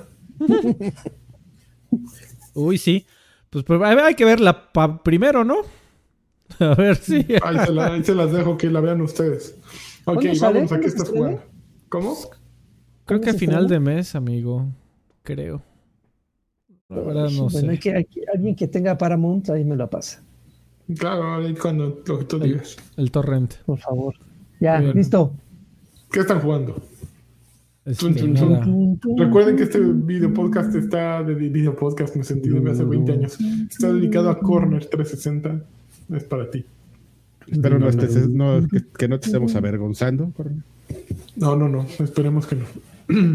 Uy, sí. Pues hay que verla primero, ¿no? A ver si. Ahí se las dejo que la vean ustedes. Ok, ¿Cuándo sale? vamos, ¿a qué ¿Cuándo se estás estrena? jugando? ¿Cómo? Creo que a se final estrena? de mes, amigo. Creo. La verdad no Bueno, sé. alguien que tenga Paramount, ahí me la pasa, Claro, ahí cuando lo que tú digas. El torrent. por favor. Ya, Bien. listo. ¿Qué están jugando? Tun, tun, Nada. Recuerden que este video podcast video podcast, me sentí de hace 20 años. Está dedicado a Corner 360. Es para ti. Espero que no te estemos avergonzando. No. Esperemos que no.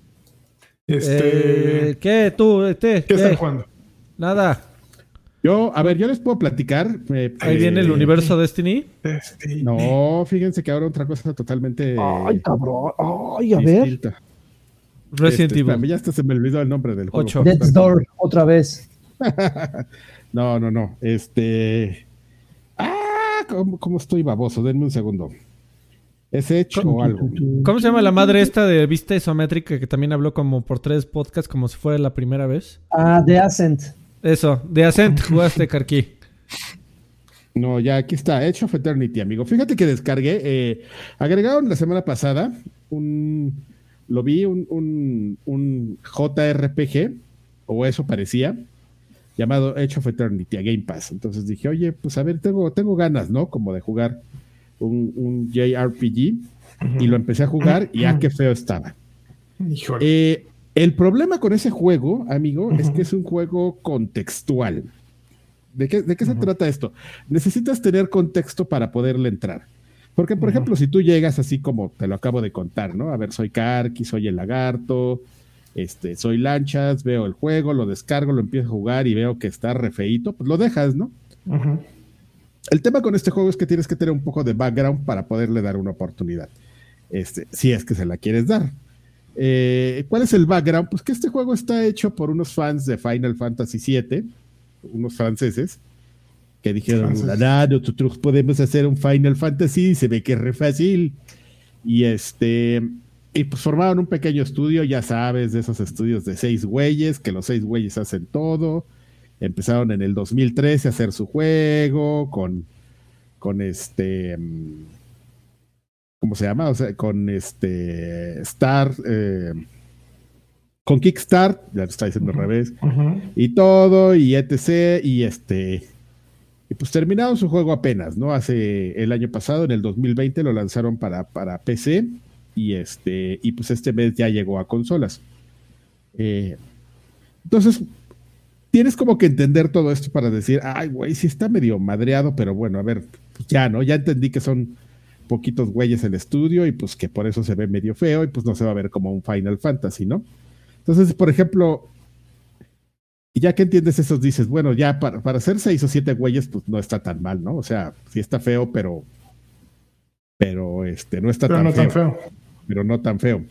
¿Qué? ¿Tú? ¿Qué están jugando? Nada. Yo les puedo platicar. Ahí viene el universo Destiny. No, fíjense que ahora otra cosa totalmente Ay, cabrón. Ay, a ver. distinta. Resident Evil. Espérame, ya hasta se me olvidó el nombre del juego. 8. Death's Door, otra vez. No. ¿Cómo estoy baboso? Denme un segundo. ¿Es Edge o algo? ¿Cómo se llama la madre esta de vista isométrica que también habló como por 3 podcasts como si fuera la primera vez? The Ascent. Eso, de Ascent jugaste, Karki. No, ya aquí está, Edge of Eternity, amigo. Fíjate que descargué, agregaron la semana pasada un JRPG, o eso parecía, llamado Edge of Eternity a Game Pass. Entonces dije, oye, pues a ver, tengo ganas, ¿no? Como de jugar un JRPG, y lo empecé a jugar y qué feo estaba. Híjole. El problema con ese juego, amigo, es que es un juego contextual. ¿De qué se trata esto? Necesitas tener contexto para poderle entrar. Porque, por ejemplo, si tú llegas así como te lo acabo de contar, ¿no? A ver, soy Karki, soy el lagarto, soy Lanchas, veo el juego, lo descargo, lo empiezo a jugar y veo que está re feíto, pues lo dejas, ¿no? El tema con este juego es que tienes que tener un poco de background para poderle dar una oportunidad. Si es que se la quieres dar. ¿Cuál es el background? Pues que este juego está hecho por unos fans de Final Fantasy VII, unos franceses, que dijeron, nosotros podemos hacer un Final Fantasy, se ve que es re fácil. Y pues formaron un pequeño estudio, ya sabes, de esos estudios de 6 güeyes, que los 6 güeyes hacen todo. Empezaron en el 2013 a hacer su juego con ¿cómo se llama? O sea, con con Kickstart, ya lo está diciendo al revés, y todo, y etc. Y pues terminaron su juego apenas, ¿no? Hace el año pasado, en el 2020, lo lanzaron para PC, y pues este mes ya llegó a consolas. Entonces, tienes como que entender todo esto para decir, ay, güey, sí está medio madreado, pero bueno, a ver, pues ya, ¿no? Ya entendí que son poquitos güeyes en el estudio y pues que por eso se ve medio feo y pues no se va a ver como un Final Fantasy, ¿no? Entonces, por ejemplo, ya que entiendes eso, dices, bueno, ya para hacer 6 o 7 güeyes, pues no está tan mal, ¿no? O sea, sí está feo, pero no está tan feo. Pero no tan feo.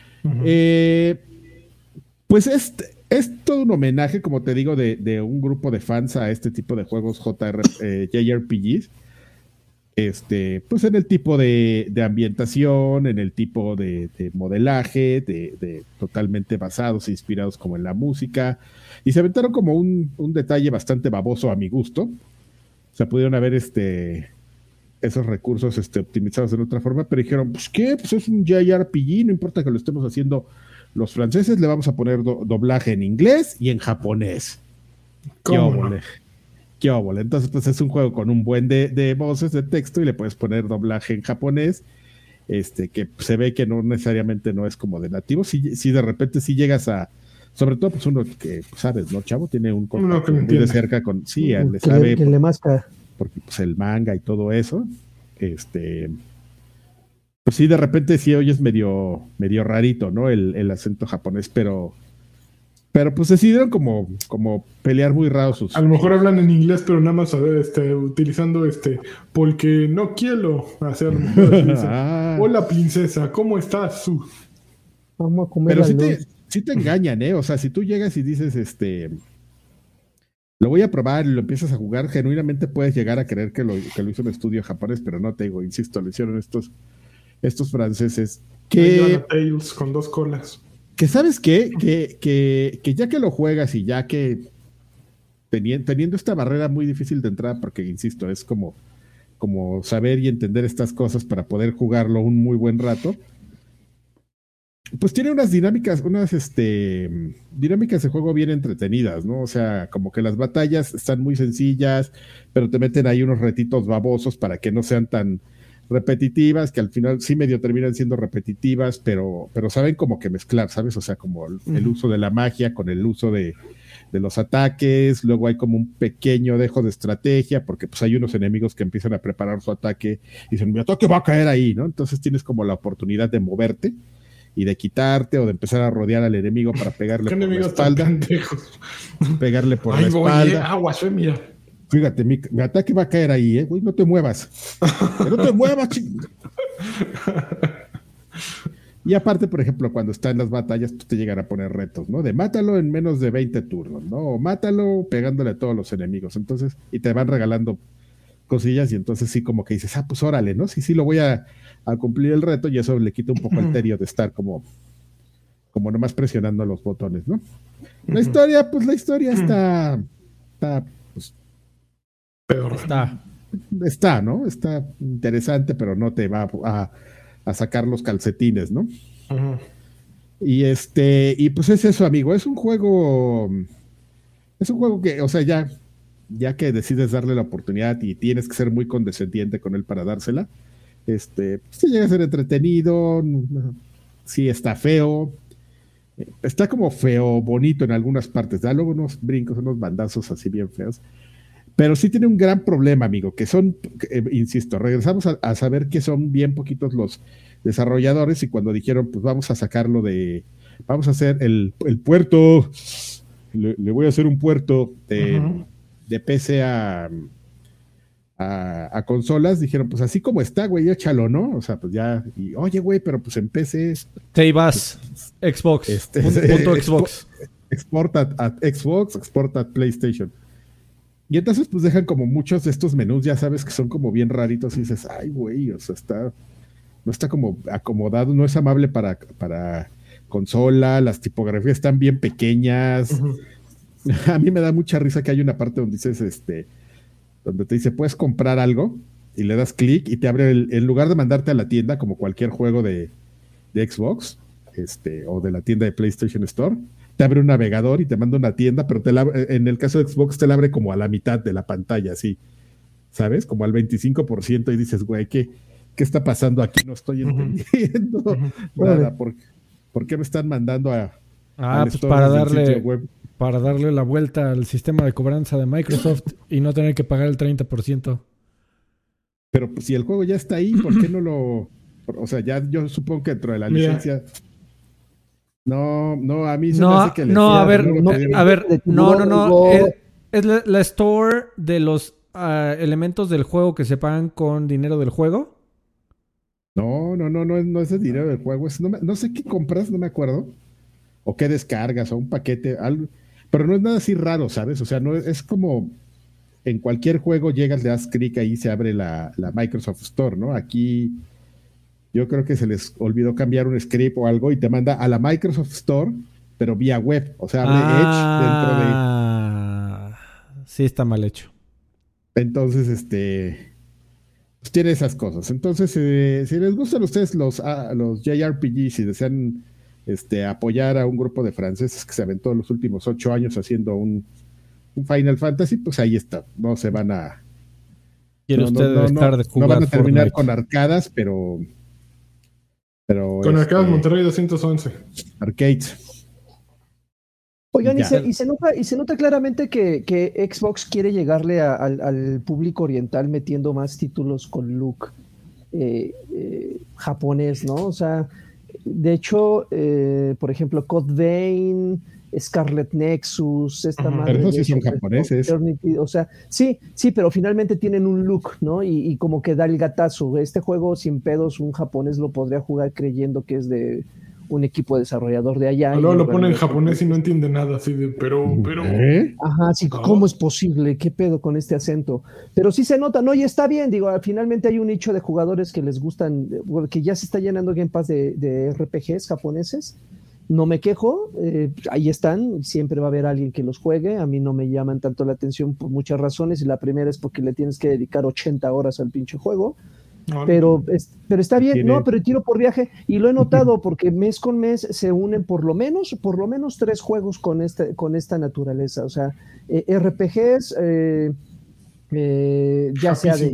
Pues es todo un homenaje, como te digo, de un grupo de fans a este tipo de juegos JRPGs. Pues en el tipo de ambientación, en el tipo de modelaje, de totalmente basados e inspirados como en la música, y se aventaron como un detalle bastante baboso a mi gusto. O sea, pudieron haber esos recursos optimizados de otra forma, pero dijeron, pues qué, pues es un JRPG, no importa que lo estemos haciendo los franceses, le vamos a poner doblaje en inglés y en japonés. ¿Qué óvole? Entonces, pues es un juego con un buen de voces de texto y le puedes poner doblaje en japonés, que se ve que no necesariamente no es como de nativo. Si de repente si llegas a Sobre todo, pues uno que, pues, sabes, ¿no, chavo? Tiene un contacto muy de cerca con... Sí, le sabe... Que le masca. Porque pues el manga y todo eso, pues sí, de repente sí oyes medio rarito, ¿no? El acento japonés, pero pues decidieron como pelear muy raro sus... A lo mejor hablan en inglés, pero nada más utilizando porque no quiero hacer. Hola, princesa, ¿cómo estás? Vamos a comer. Pero sí te engañan, ¿eh? O sea, si tú llegas y dices, lo voy a probar y lo empiezas a jugar, genuinamente puedes llegar a creer que lo hizo un estudio japonés, pero no te digo, insisto, lo hicieron estos franceses. Que Tails con 2 colas. Que sabes qué, que ya que lo juegas y ya que teniendo esta barrera muy difícil de entrada, porque insisto, es como saber y entender estas cosas para poder jugarlo un muy buen rato, pues tiene unas dinámicas de juego bien entretenidas, ¿no? O sea, como que las batallas están muy sencillas, pero te meten ahí unos retitos babosos para que no sean tan repetitivas, que al final sí medio terminan siendo repetitivas, pero saben como que mezclar, ¿sabes? O sea, como el uso de la magia con el uso de los ataques, luego hay como un pequeño dejo de estrategia, porque pues hay unos enemigos que empiezan a preparar su ataque y dicen, mi ataque va a caer ahí, ¿no? Entonces tienes como la oportunidad de moverte y de quitarte o de empezar a rodear al enemigo para pegarle por la espalda. Pegarle por la espalda. Aguas, mira. Fíjate, mi ataque va a caer ahí, güey, no te muevas. No te muevas, Y aparte, por ejemplo, cuando está en las batallas, tú te llegan a poner retos, ¿no? De mátalo en menos de 20 turnos, ¿no? O mátalo pegándole a todos los enemigos. Entonces, y te van regalando cosillas y entonces sí como que dices, pues órale, ¿no? Sí, lo voy a cumplir el reto y eso le quita un poco el tedio de estar como nomás presionando los botones, ¿no? La historia está pues, peor. Está, ¿no? Está interesante, pero no te va a sacar los calcetines, ¿no? Uh-huh. Y pues es eso, amigo, es un juego que, o sea, ya que decides darle la oportunidad y tienes que ser muy condescendiente con él para dársela, pues te llega a ser entretenido, sí está feo, está como feo, bonito en algunas partes, da luego unos brincos, unos bandazos así bien feos, pero sí tiene un gran problema, amigo, que son, insisto, regresamos a saber que son bien poquitos los desarrolladores y cuando dijeron, pues vamos a hacer el puerto, le voy a hacer un puerto de PC a consolas, dijeron, pues así como está, güey, échalo, ¿no? O sea, pues ya, y oye, güey, pero pues en PC te ibas, pues, Xbox, punto Xbox. Exporta a Xbox, exporta a PlayStation. Y entonces pues dejan como muchos de estos menús, ya sabes que son como bien raritos y dices, ay, güey, o sea, no está como acomodado, no es amable para consola, las tipografías están bien pequeñas. Uh-huh. A mí me da mucha risa que hay una parte donde dices, donde te dice, puedes comprar algo y le das clic y te abre en lugar de mandarte a la tienda como cualquier juego de Xbox, o de la tienda de PlayStation Store, te abre un navegador y te manda una tienda, pero en el caso de Xbox te la abre como a la mitad de la pantalla, así, ¿sabes? Como al 25% y dices, güey, ¿qué está pasando aquí? No estoy entendiendo nada. ¿Por qué me están mandando al pues para darle la vuelta al sistema de cobranza de Microsoft y no tener que pagar el 30%. Pero pues, si el juego ya está ahí, ¿por qué no lo...? O sea, ya yo supongo que dentro de la licencia... No, a mí se me hace que... No. Es la store de los elementos del juego que se pagan con dinero del juego. No es el dinero del juego. No sé qué compras, no me acuerdo. O qué descargas, o un paquete, algo. Pero no es nada así raro, ¿sabes? O sea, no es como en cualquier juego llegas, le das clic ahí se abre la Microsoft Store, ¿no? Aquí yo creo que se les olvidó cambiar un script o algo y te manda a la Microsoft Store, pero vía web. O sea, abre Edge dentro de... Sí, está mal hecho. Entonces, pues tiene esas cosas. Entonces, si les gustan a ustedes los JRPGs y desean apoyar a un grupo de franceses que se aventó los últimos 8 años haciendo un Final Fantasy, pues ahí está. No se van a... ¿Quiere usted dejar de jugar no van a terminar Fortnite? con arcadas, pero con arcadas Monterrey 211. Arcades. Oigan, y se nota claramente que Xbox quiere llegarle al público oriental metiendo más títulos con look japonés, ¿no? O sea, de hecho, por ejemplo, Code Vein, Scarlet Nexus, esta madre. Pero esos sí son japoneses. Eternity, o sea, sí, pero finalmente tienen un look, ¿no? Y como que da el gatazo. Este juego sin pedos, un japonés lo podría jugar creyendo que es de un equipo desarrollador de allá. Luego lo pone en japonés y no entiende nada, así de, pero... Ajá, sí, ¿cómo es posible? ¿Qué pedo con este acento? Pero sí se nota, ¿no? Y está bien, digo, finalmente hay un nicho de jugadores que les gustan, que ya se está llenando Game Pass de RPGs japoneses. No me quejo, ahí están, siempre va a haber alguien que los juegue. A mí no me llaman tanto la atención por muchas razones, y la primera es porque le tienes que dedicar 80 horas al pinche juego. Pero está bien, no, pero tiro por viaje, y lo he notado porque mes con mes se unen por lo menos 3 juegos con esta naturaleza, o sea, RPGs, ya sea de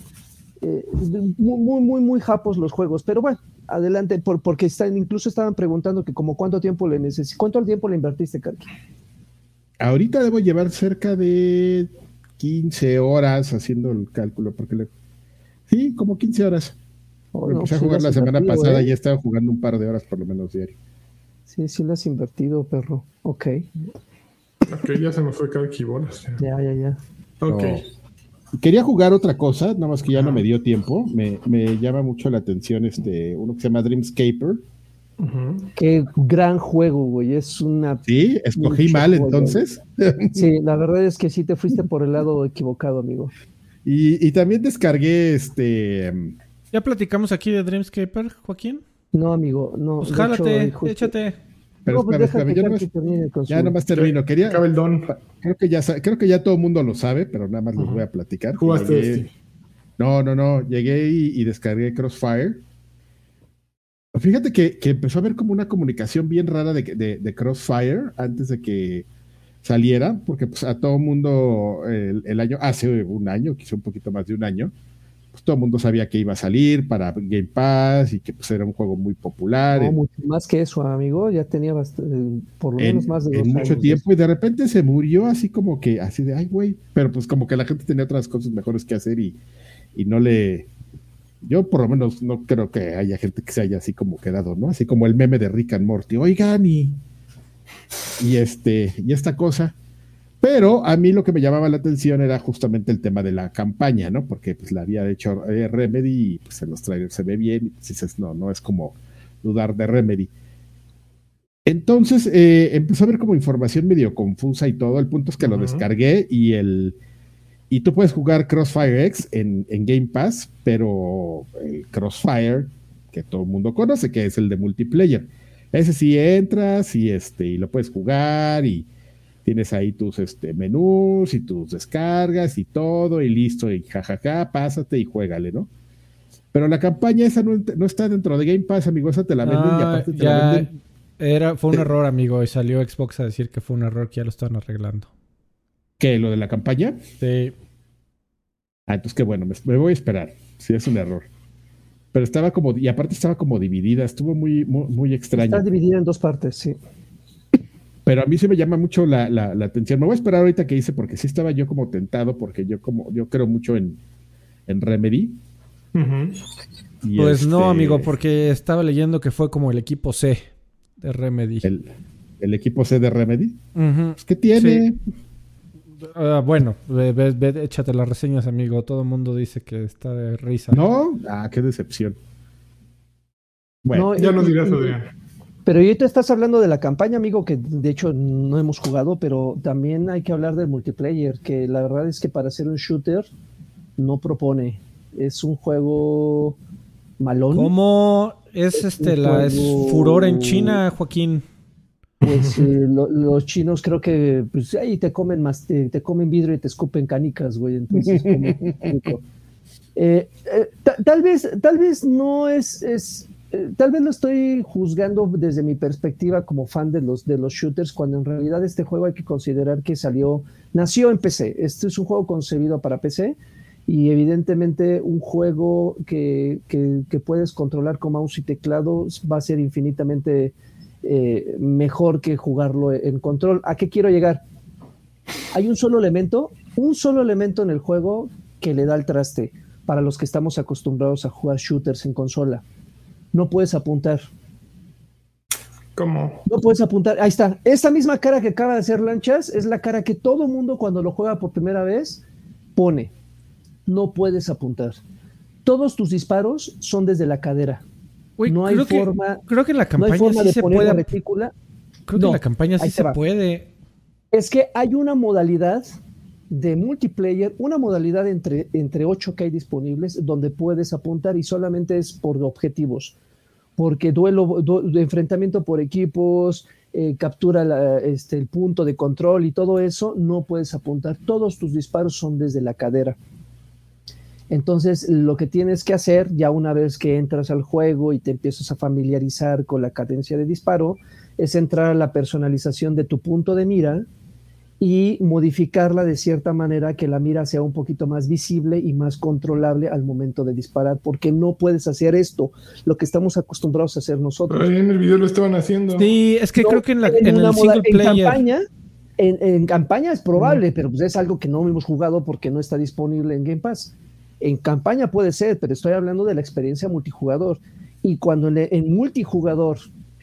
muy japos los juegos, pero bueno, adelante, porque incluso estaban preguntando que como cuánto tiempo le invertiste, Karki. Ahorita debo llevar cerca de 15 horas haciendo el cálculo, porque sí, como 15 horas. Empecé a jugar la semana pasada y he estado jugando un par de horas por lo menos diario. Sí lo has invertido, perro. Ok, ya se me fue Karki bolas. Ya. Ok. No. Quería jugar otra cosa, nada más que ya no me dio tiempo. Me llama mucho la atención uno que se llama Dreamscaper. Qué gran juego, güey. Es una... Sí, escogí mal entonces. Sí, la verdad es que sí te fuiste por el lado equivocado, amigo. Y también descargué ¿Ya platicamos aquí de Dreamscaper, Joaquín? No, amigo, no. Pues jálate, échate. Pero no, espérame, ya nomás termino. Creo que ya todo el mundo lo sabe, pero nada más les voy a platicar. ¿Jugaste No. Llegué y descargué Crossfire. Fíjate que empezó a haber como una comunicación bien rara de Crossfire antes de que saliera, porque pues a todo el mundo hace un año, quizá un poquito más de un año, pues todo el mundo sabía que iba a salir para Game Pass y que pues era un juego muy popular. No, mucho más que eso, amigo, ya tenía por lo menos más de 2 años. Mucho tiempo, y de repente se murió así de, ay, güey, pero pues como que la gente tenía otras cosas mejores que hacer y no le... Yo por lo menos no creo que haya gente que se haya así como quedado, ¿no? Así como el meme de Rick and Morty, oigan, y esta cosa. Pero a mí lo que me llamaba la atención era justamente el tema de la campaña, ¿no? Porque pues la había hecho Remedy y pues en los trailers se ve bien, y pues dices, no es como dudar de Remedy. Entonces empezó a ver como información medio confusa y todo. El punto es que lo descargué y tú puedes jugar Crossfire X en Game Pass, pero el Crossfire que todo el mundo conoce, que es el de multiplayer. Ese sí entras y lo puedes jugar y tienes ahí tus menús y tus descargas y todo y listo y jajaja, pásate y juégale, ¿no? Pero la campaña esa no está dentro de Game Pass, amigo, esa te la venden y aparte te la venden. Fue un error, amigo, y salió Xbox a decir que fue un error, que ya lo estaban arreglando. ¿Qué? ¿Lo de la campaña? Sí. Entonces qué bueno, me voy a esperar. Sí, es un error. Pero estaba como dividida, estuvo muy, muy, muy extraño. Está dividida en 2 partes, sí. Pero a mí sí me llama mucho la atención. Me voy a esperar ahorita que hice, porque sí estaba yo como tentado, porque yo creo mucho en Remedy. Pues no, amigo, porque estaba leyendo que fue como el equipo C de Remedy. ¿El equipo C de Remedy? Pues, ¿qué tiene? Sí. Bueno, ve, échate las reseñas, amigo. Todo el mundo dice que está de risa. ¿No? Qué decepción. Bueno, ya nos dirás, Adrián. Pero ahorita estás hablando de la campaña, amigo, que de hecho no hemos jugado, pero también hay que hablar del multiplayer, que la verdad es que para ser un shooter no propone. Es un juego malón. ¿Cómo es es furor en China, Joaquín? Pues los chinos creo que pues ahí te comen te comen vidrio y te escupen canicas, güey. Entonces, tal vez no es tal vez lo estoy juzgando desde mi perspectiva como fan de los shooters, cuando en realidad este juego hay que considerar que nació en PC. Este es un juego concebido para PC y evidentemente un juego que puedes controlar con mouse y teclado va a ser infinitamente mejor que jugarlo en control. ¿A qué quiero llegar? Hay un solo elemento en el juego que le da el traste para los que estamos acostumbrados a jugar shooters en consola. No puedes apuntar. ¿Cómo? No puedes apuntar. Ahí está. Esta misma cara que acaba de hacer Lanchas es la cara que todo mundo cuando lo juega por primera vez pone. No puedes apuntar. Todos tus disparos son desde la cadera. Uy, no hay forma. Creo que en la campaña no hay forma sí de se poner puede. la retícula. Creo que en la campaña sí se puede. Es que hay una modalidad de multiplayer, una modalidad entre 8 que hay disponibles, donde puedes apuntar y solamente es por objetivos. Porque de enfrentamiento por equipos, captura el punto de control y todo eso, no puedes apuntar. Todos tus disparos son desde la cadera. Entonces, lo que tienes que hacer, ya una vez que entras al juego y te empiezas a familiarizar con la cadencia de disparo, es entrar a la personalización de tu punto de mira y modificarla de cierta manera que la mira sea un poquito más visible y más controlable al momento de disparar, porque no puedes hacer esto, lo que estamos acostumbrados a hacer nosotros. Pero ahí en el video lo estaban haciendo. Sí, es que creo que en el single player... En campaña es probable, pero pues es algo que no hemos jugado porque no está disponible en Game Pass. En campaña puede ser, pero estoy hablando de la experiencia multijugador. Y cuando en multijugador,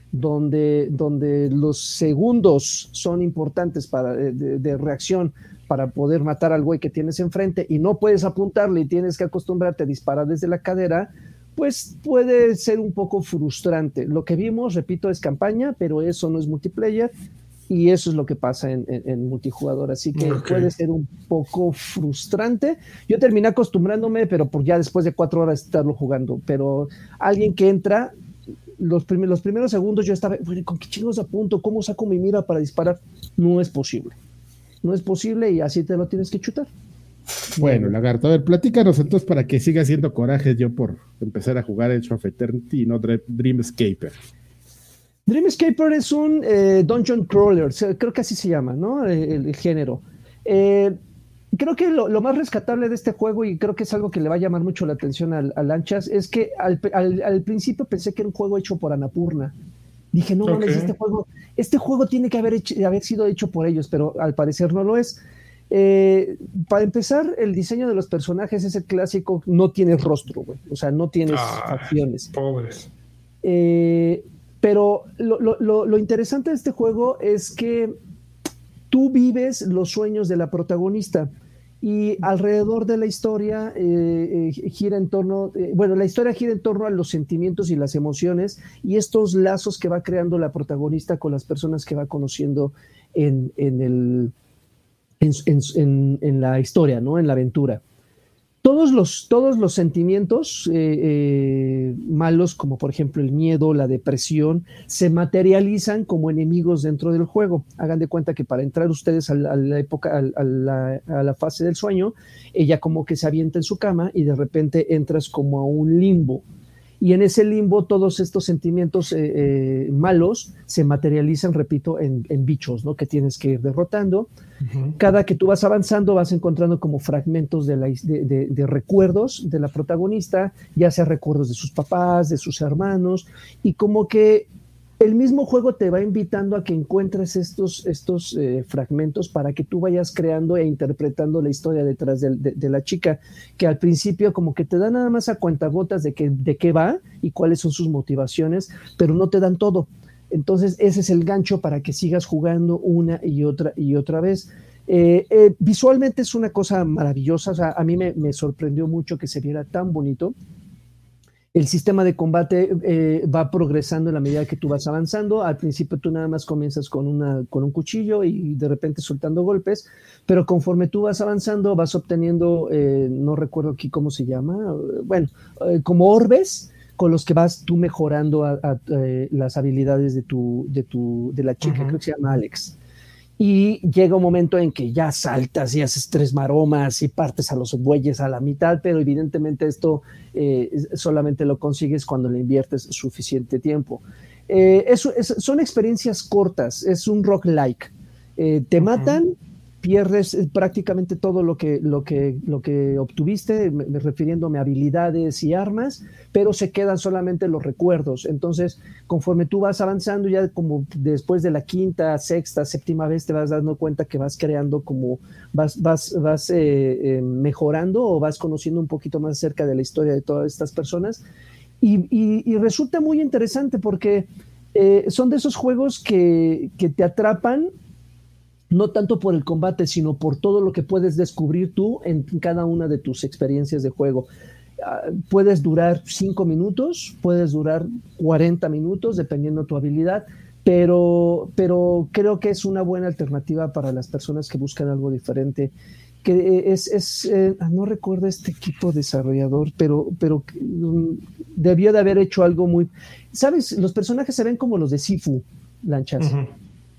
donde los segundos son importantes de reacción para poder matar al güey que tienes enfrente y no puedes apuntarle y tienes que acostumbrarte a disparar desde la cadera, pues puede ser un poco frustrante. Lo que vimos, repito, es campaña, pero eso no es multiplayer. Y eso es lo que pasa en multijugador, así que puede ser un poco frustrante. Yo terminé acostumbrándome, pero ya después de 4 horas de estarlo jugando, pero alguien que entra, los primeros segundos yo estaba, ¿con qué chingos apunto? ¿Cómo saco mi mira para disparar? No es posible y así te lo tienes que chutar. Bueno, Lagarto, a ver, platícanos entonces para que siga haciendo coraje yo por empezar a jugar Age of Eternity y no Dreamscaper. Dreamscaper es un dungeon crawler, creo que así se llama, ¿no? El género. Creo que lo más rescatable de este juego, y creo que es algo que le va a llamar mucho la atención a Lanchas, es que al principio pensé que era un juego hecho por Annapurna. Dije, no mames, este juego tiene que haber sido hecho por ellos, pero al parecer no lo es. Para empezar, el diseño de los personajes es el clásico, no tienes rostro, güey. O sea, no tienes facciones. Pobres. Pero lo interesante de este juego es que tú vives los sueños de la protagonista y alrededor de la historia gira en torno, la historia gira en torno a los sentimientos y las emociones y estos lazos que va creando la protagonista con las personas que va conociendo en la historia, ¿no? En la aventura. Todos los sentimientos malos, como por ejemplo el miedo, la depresión, se materializan como enemigos dentro del juego. Hagan de cuenta que para entrar ustedes a la fase del sueño, ella como que se avienta en su cama y de repente entras como a un limbo. Y en ese limbo todos estos sentimientos malos se materializan, repito, en bichos, ¿no? Que tienes que ir derrotando. Uh-huh. Cada que tú vas avanzando vas encontrando como fragmentos de recuerdos de la protagonista, ya sea recuerdos de sus papás, de sus hermanos, y como que el mismo juego te va invitando a que encuentres estos fragmentos para que tú vayas creando e interpretando la historia detrás de la chica, que al principio como que te da nada más a cuentagotas de qué va y cuáles son sus motivaciones, pero no te dan todo. Entonces ese es el gancho para que sigas jugando una y otra vez. Visualmente es una cosa maravillosa, o sea, a mí me sorprendió mucho que se viera tan bonito. El sistema de combate va progresando en la medida que tú vas avanzando. Al principio tú nada más comienzas con un cuchillo y de repente soltando golpes, pero conforme tú vas avanzando vas obteniendo, no recuerdo aquí cómo se llama, como orbes con los que vas tú mejorando las habilidades de la chica, uh-huh. Creo que se llama Alex. Y llega un momento en que ya saltas y haces 3 maromas y partes a los bueyes a la mitad, pero evidentemente esto solamente lo consigues cuando le inviertes suficiente tiempo. Son experiencias cortas, es un roguelike. Te matan, pierdes prácticamente todo lo que obtuviste, refiriéndome a habilidades y armas, pero se quedan solamente los recuerdos. Entonces, conforme tú vas avanzando, ya como después de la quinta, sexta, séptima vez te vas dando cuenta que vas creando como, vas mejorando o vas conociendo un poquito más acerca de la historia de todas estas personas. Y resulta muy interesante porque son de esos juegos que te atrapan, no tanto por el combate, sino por todo lo que puedes descubrir tú en cada una de tus experiencias de juego. Puedes durar 5 minutos, puedes durar 40 minutos, dependiendo de tu habilidad, pero creo que es una buena alternativa para las personas que buscan algo diferente. Que no recuerdo este equipo desarrollador, pero debió de haber hecho algo muy... ¿Sabes? Los personajes se ven como los de Sifu, Lanchas. Uh-huh.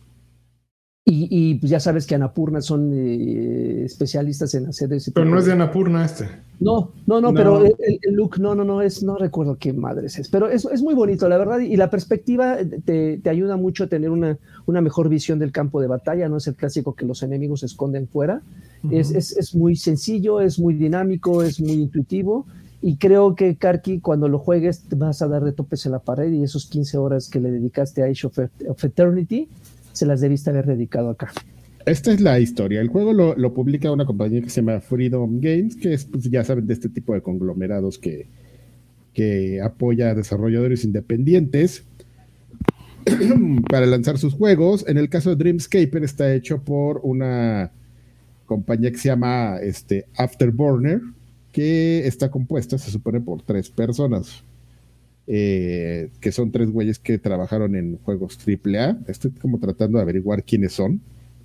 Y pues ya sabes que Annapurna son especialistas en hacer ese Pero no es de Annapurna este. No, pero el look, no recuerdo qué madres es. Pero es muy bonito, la verdad, y la perspectiva te ayuda mucho a tener una mejor visión del campo de batalla. No es el clásico que los enemigos se esconden fuera. Uh-huh. Es muy sencillo, es muy dinámico, es muy intuitivo. Y creo que, Karki, cuando lo juegues, te vas a dar de topes en la pared, y esos 15 horas que le dedicaste a Age of Eternity se las debiste haber dedicado acá. Esta es la historia. El juego lo publica una compañía que se llama Freedom Games, que es, pues, ya saben, de este tipo de conglomerados que apoya a desarrolladores independientes para lanzar sus juegos. En el caso de Dreamscaper está hecho por una compañía que se llama Afterburner, que está compuesta, se supone, por 3 personas. Que son 3 güeyes que trabajaron en juegos AAA. Estoy como tratando de averiguar quiénes son.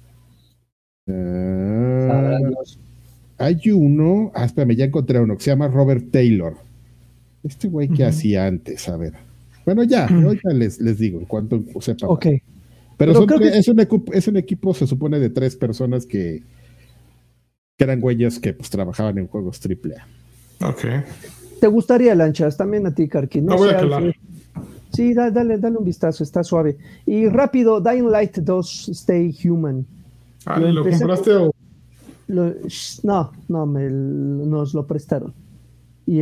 Hay uno, espérame, ya encontré uno que se llama Robert Taylor. Este güey que hacía antes, a ver. Bueno, ya, ahorita les digo en cuanto sepa. Ok. Pero es un equipo, se supone, de 3 personas que eran güeyes que pues trabajaban en juegos AAA. Ok. ¿Te gustaría, Lanchas? También a ti, Karki. No voy a calar. Sí, dale un vistazo, está suave. Y rápido, Dying Light 2, Stay Human. ¿Lo compraste o...? No, nos lo prestaron. Y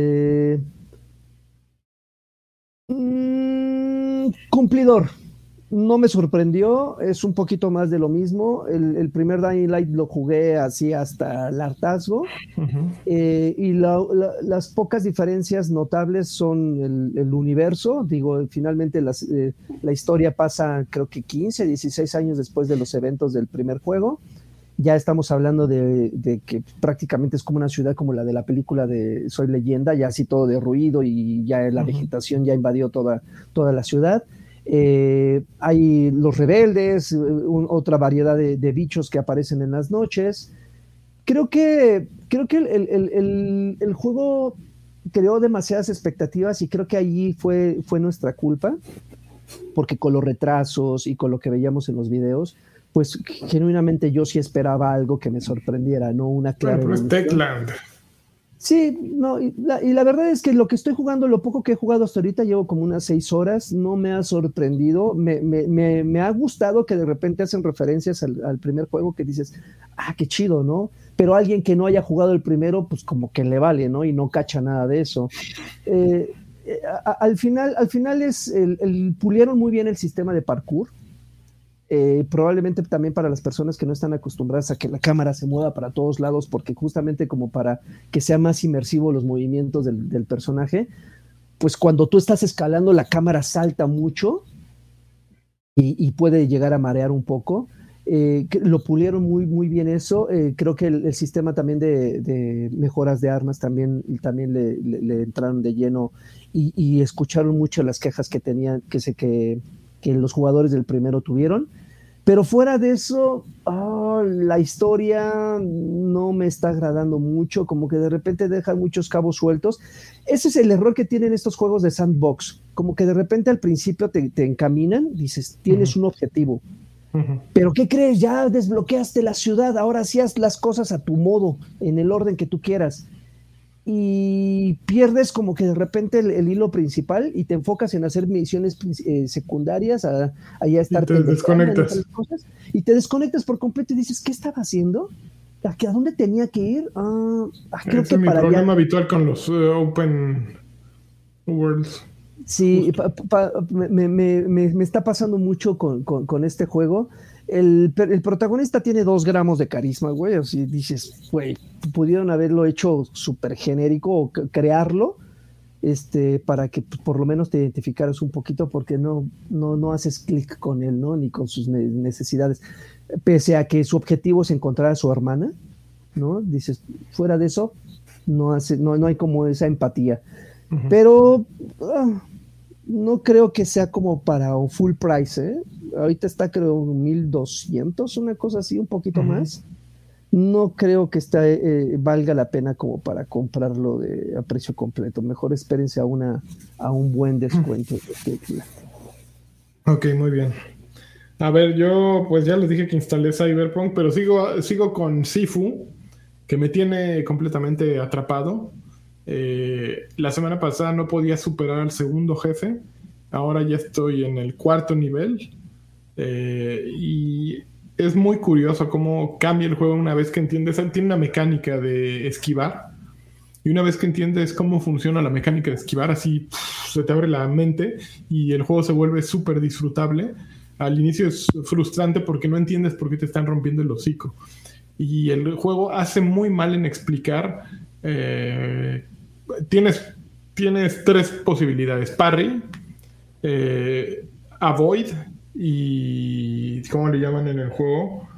cumplidor. No me sorprendió, es un poquito más de lo mismo. El primer Dying Light lo jugué así hasta el hartazgo. Uh-huh. Y las pocas diferencias notables son el universo. Digo, finalmente la historia pasa, creo que 15, 16 años después de los eventos del primer juego. Ya estamos hablando de que prácticamente es como una ciudad como la de la película de Soy Leyenda, ya así todo derruido y ya la vegetación ya invadió toda la ciudad. Hay los rebeldes, otra variedad de bichos que aparecen en las noches. Creo que el juego creó demasiadas expectativas, y creo que allí fue nuestra culpa, porque con los retrasos y con lo que veíamos en los videos, pues genuinamente yo sí esperaba algo que me sorprendiera, no una clara evolución. Techland. Sí, no, y la verdad es que lo que estoy jugando, lo poco que he jugado hasta ahorita, llevo como unas 6 horas, no me ha sorprendido, me ha gustado que de repente hacen referencias al primer juego que dices, qué chido, ¿no? Pero alguien que no haya jugado el primero, pues como que le vale, ¿no? Y no cacha nada de eso. Al final pulieron muy bien el sistema de parkour. Probablemente también para las personas que no están acostumbradas a que la cámara se mueva para todos lados, porque justamente como para que sea más inmersivo los movimientos del personaje, pues cuando tú estás escalando la cámara salta mucho y puede llegar a marear un poco. Lo pulieron muy, muy bien eso. Creo que el sistema también de mejoras de armas también le entraron de lleno, y escucharon mucho las quejas que tenían, que los jugadores del primero tuvieron. Pero fuera de eso, la historia no me está agradando mucho, como que de repente dejan muchos cabos sueltos. Ese es el error que tienen estos juegos de sandbox, como que de repente al principio te encaminan, dices, tienes un objetivo, pero ¿qué crees? Ya desbloqueaste la ciudad, ahora sí haz las cosas a tu modo, en el orden que tú quieras. y pierdes como que de repente el hilo principal y te enfocas en hacer misiones secundarias, allá estar y te desconectas. Cosas, y te desconectas por completo y dices, ¿qué estaba haciendo? ¿A dónde tenía que ir? Creo Ese que es mi para problema habitual con los Open Worlds. Sí, me está pasando mucho con este juego. El protagonista tiene 2 gramos de carisma, güey. O si dices, güey, pudieron haberlo hecho súper genérico o crearlo, para que pues, por lo menos te identificaras un poquito, porque no haces clic con él, ¿no? Ni con sus necesidades. Pese a que su objetivo es encontrar a su hermana, ¿no? Dices, fuera de eso, no hay como esa empatía. Uh-huh. Pero no creo que sea como para un full price, ¿eh? Ahorita está creo 1,200, una cosa así, un poquito más. No creo que valga la pena como para comprarlo a precio completo. Mejor espérense a un buen descuento. Ok, muy bien. A ver, yo pues ya les dije que instalé Cyberpunk, pero sigo con Sifu, que me tiene completamente atrapado. La semana pasada no podía superar al segundo jefe. Ahora ya estoy en el 4º nivel. Y es muy curioso cómo cambia el juego una vez que entiendes. Tiene una mecánica de esquivar. Y una vez que entiendes cómo funciona la mecánica de esquivar, así se te abre la mente y el juego se vuelve súper disfrutable. Al inicio es frustrante porque no entiendes por qué te están rompiendo el hocico. Y el juego hace muy mal en explicar. Tienes 3 posibilidades: parry, avoid y ¿cómo le llaman en el juego?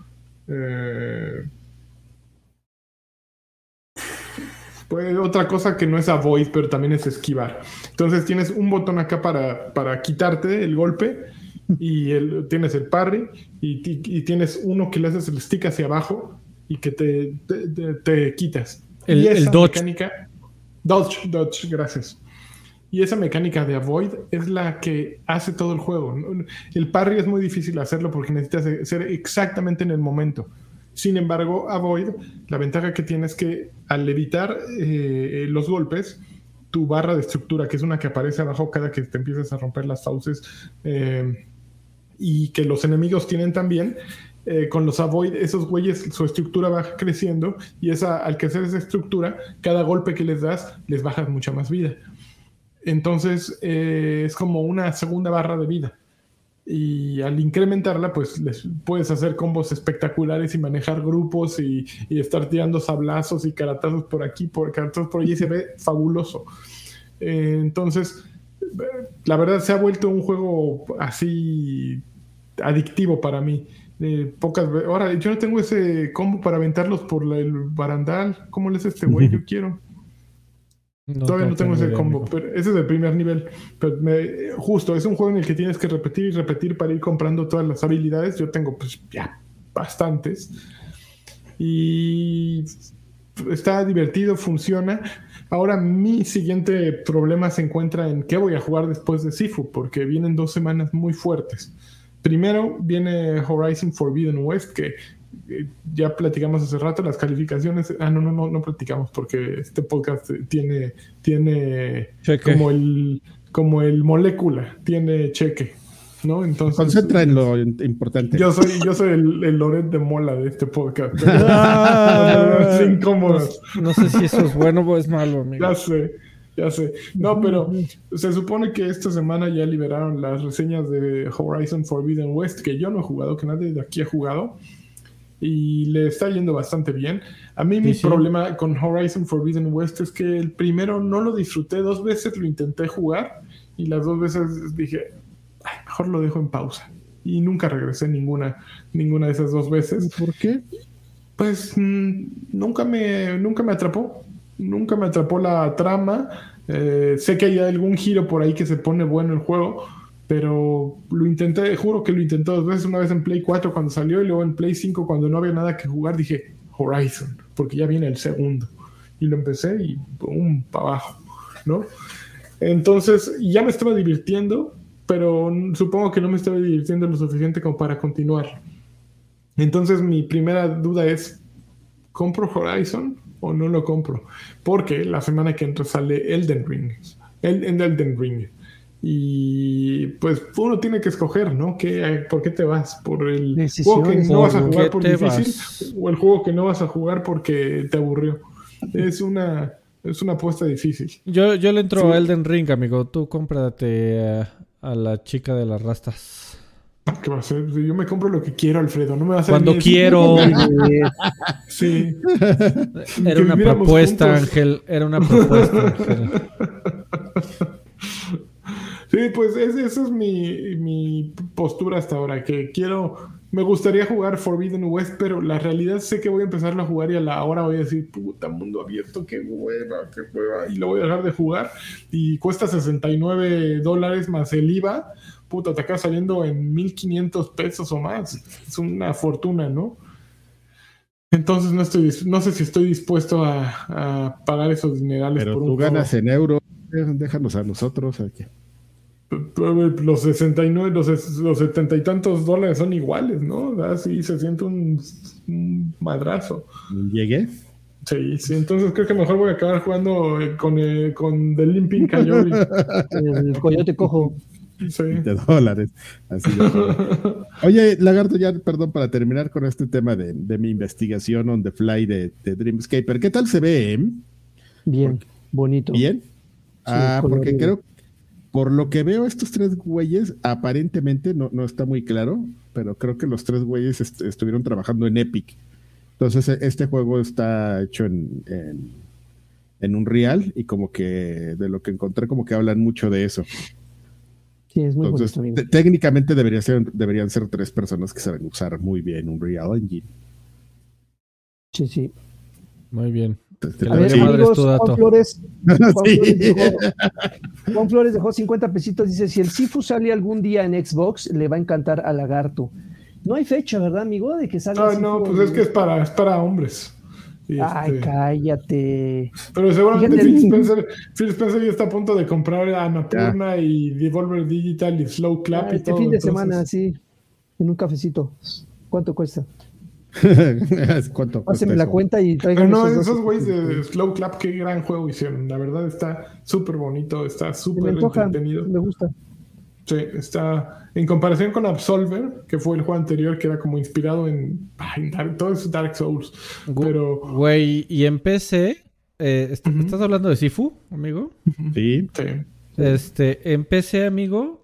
Pues otra cosa que no es avoid, pero también es esquivar. Entonces tienes un botón acá para quitarte el golpe y tienes el parry y tienes uno que le haces el stick hacia abajo y que te quitas. Y esa el dodge. Mecánica, dodge, gracias. Y esa mecánica de avoid es la que hace todo el juego. El parry es muy difícil hacerlo porque necesitas ser exactamente en el momento. Sin embargo, avoid, la ventaja que tiene es que al evitar los golpes, tu barra de estructura, que es una que aparece abajo cada que te empiezas a romper las fauces, y que los enemigos tienen también, con los avoid, esos güeyes, su estructura va creciendo y al crecer esa estructura, cada golpe que les das, les bajas mucha más vida. Entonces es como una segunda barra de vida. Y al incrementarla, pues les puedes hacer combos espectaculares y manejar grupos y estar tirando sablazos y caratazos por aquí, caratazos por allí, se ve fabuloso. Entonces, la verdad se ha vuelto un juego así adictivo para mí. Ahora, yo no tengo ese combo para aventarlos por el barandal. ¿Cómo le es este güey? Yo quiero. Todavía no tengo ese combo, pero ese es el primer nivel. Pero justo, es un juego en el que tienes que repetir y repetir para ir comprando todas las habilidades. Yo tengo pues ya bastantes. Y está divertido, funciona. Ahora mi siguiente problema se encuentra en qué voy a jugar después de Sifu, porque vienen 2 semanas muy fuertes. Primero viene Horizon Forbidden West, que ya platicamos hace rato las calificaciones. No platicamos porque este podcast tiene como el molécula, tiene cheque, ¿no? Entonces concentra en lo importante. Yo soy el Loret de Mola de este podcast. Incómodos. No sé si eso es bueno o es malo, amigo. Ya sé. No, pero se supone que esta semana ya liberaron las reseñas de Horizon Forbidden West, que yo no he jugado, que nadie de aquí ha jugado. Y le está yendo bastante bien. A mí mi problema con Horizon Forbidden West es que el primero no lo disfruté. 2 veces lo intenté jugar y las 2 veces dije, mejor lo dejo en pausa. Y nunca regresé ninguna de esas 2 veces. ¿Por qué? Pues nunca me atrapó. Nunca me atrapó la trama. Sé que hay algún giro por ahí que se pone bueno el juego, pero lo intenté, juro que lo intenté 2 veces, una vez en Play 4 cuando salió y luego en Play 5 cuando no había nada que jugar, dije Horizon, porque ya viene el segundo. Y lo empecé y ¡pum! Para abajo, ¿no? Entonces ya me estaba divirtiendo, pero supongo que no me estaba divirtiendo lo suficiente como para continuar. Entonces mi primera duda es, ¿compro Horizon o no lo compro. Porque la semana que entra sale Elden Ring. Elden Ring. Y pues uno tiene que escoger, ¿no? ¿Por qué te vas? ¿Por el juego que no vas a jugar por difícil? ¿O el juego que no vas a jugar porque te aburrió? Es una apuesta difícil. Yo le entro a Elden Ring, amigo. Tú cómprate a la chica de las rastas. ¿Qué va a hacer? Yo me compro lo que quiero, Alfredo. No me vas a Cuando quiero. Sí. Era una propuesta, Ángel. Era una propuesta, Ángel. Sí, pues esa es mi postura hasta ahora. Que me gustaría jugar Forbidden West, pero la realidad sé que voy a empezarlo a jugar y a la hora voy a decir, puta, mundo abierto, qué hueva. Y lo voy a dejar de jugar. Y cuesta $69 más el IVA. Puta, te acaba saliendo en $1,500 o más. Es una fortuna, ¿no? Entonces no sé si estoy dispuesto a pagar esos dinerales. Pero por tú ganas en euros, déjanos a nosotros aquí. Los 69, los 70 y tantos dólares son iguales, ¿no? Así se siente un madrazo. ¿Llegué? Sí, entonces creo que mejor voy a acabar jugando con The Limping Coyote. El coyote cojo. Sí. $20. Así Oye, Lagarto, ya, perdón, para terminar con este tema de mi investigación on the fly de Dreamscaper, ¿qué tal se ve? Bien, bonito. ¿Bien? Sí, porque creo, por lo que veo, estos tres güeyes, aparentemente, no está muy claro, pero creo que los tres güeyes estuvieron trabajando en Epic. Entonces, este juego está hecho en Unreal y como que de lo que encontré, como que hablan mucho de eso. Sí, es muy bonito, amigo. Técnicamente deberían ser tres personas que saben usar muy bien Unreal Engine. Sí. Muy bien. A ver, amigos, Juan Flores dejó 50 pesitos. Dice, si el Sifu sale algún día en Xbox, le va a encantar a Lagarto. No hay fecha, ¿verdad, amigo? De que salga. No, pues es que es para hombres. Ay, cállate. Pero seguramente Phil Spencer ya está a punto de comprar a Annapurna y Devolver Digital y Slow Clap y todo. Fin de semana, sí. En un cafecito. ¿Cuánto cuesta? ¿Cuánto Pásenme la cuenta y traigan. Pero no, esos güeyes de Slow Clap, qué gran juego hicieron. La verdad está súper bonito, está súper entretenido. Me gusta. Sí, está en comparación con Absolver, que fue el juego anterior que era como inspirado en todo eso Dark Souls. Pero güey, y en PC, ¿estás hablando de Sifu, amigo? Sí. En PC, amigo,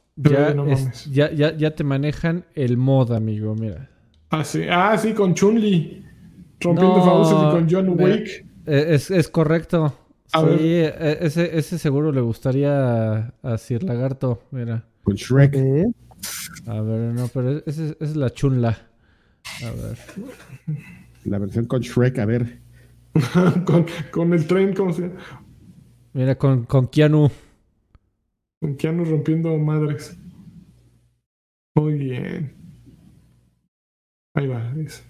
ya te manejan el mod, amigo, mira. Sí, con Chun-Li rompiendo fauces y con John Wick. Es correcto. Ver. Ese seguro le gustaría a Sir Lagarto, mira. Con Shrek. A ver, no, pero esa es la Chun-La. A ver. La versión con Shrek, a ver. con el tren, ¿cómo se llama? Mira, con Keanu. Con Keanu rompiendo madres. Muy bien. Ahí va, dice.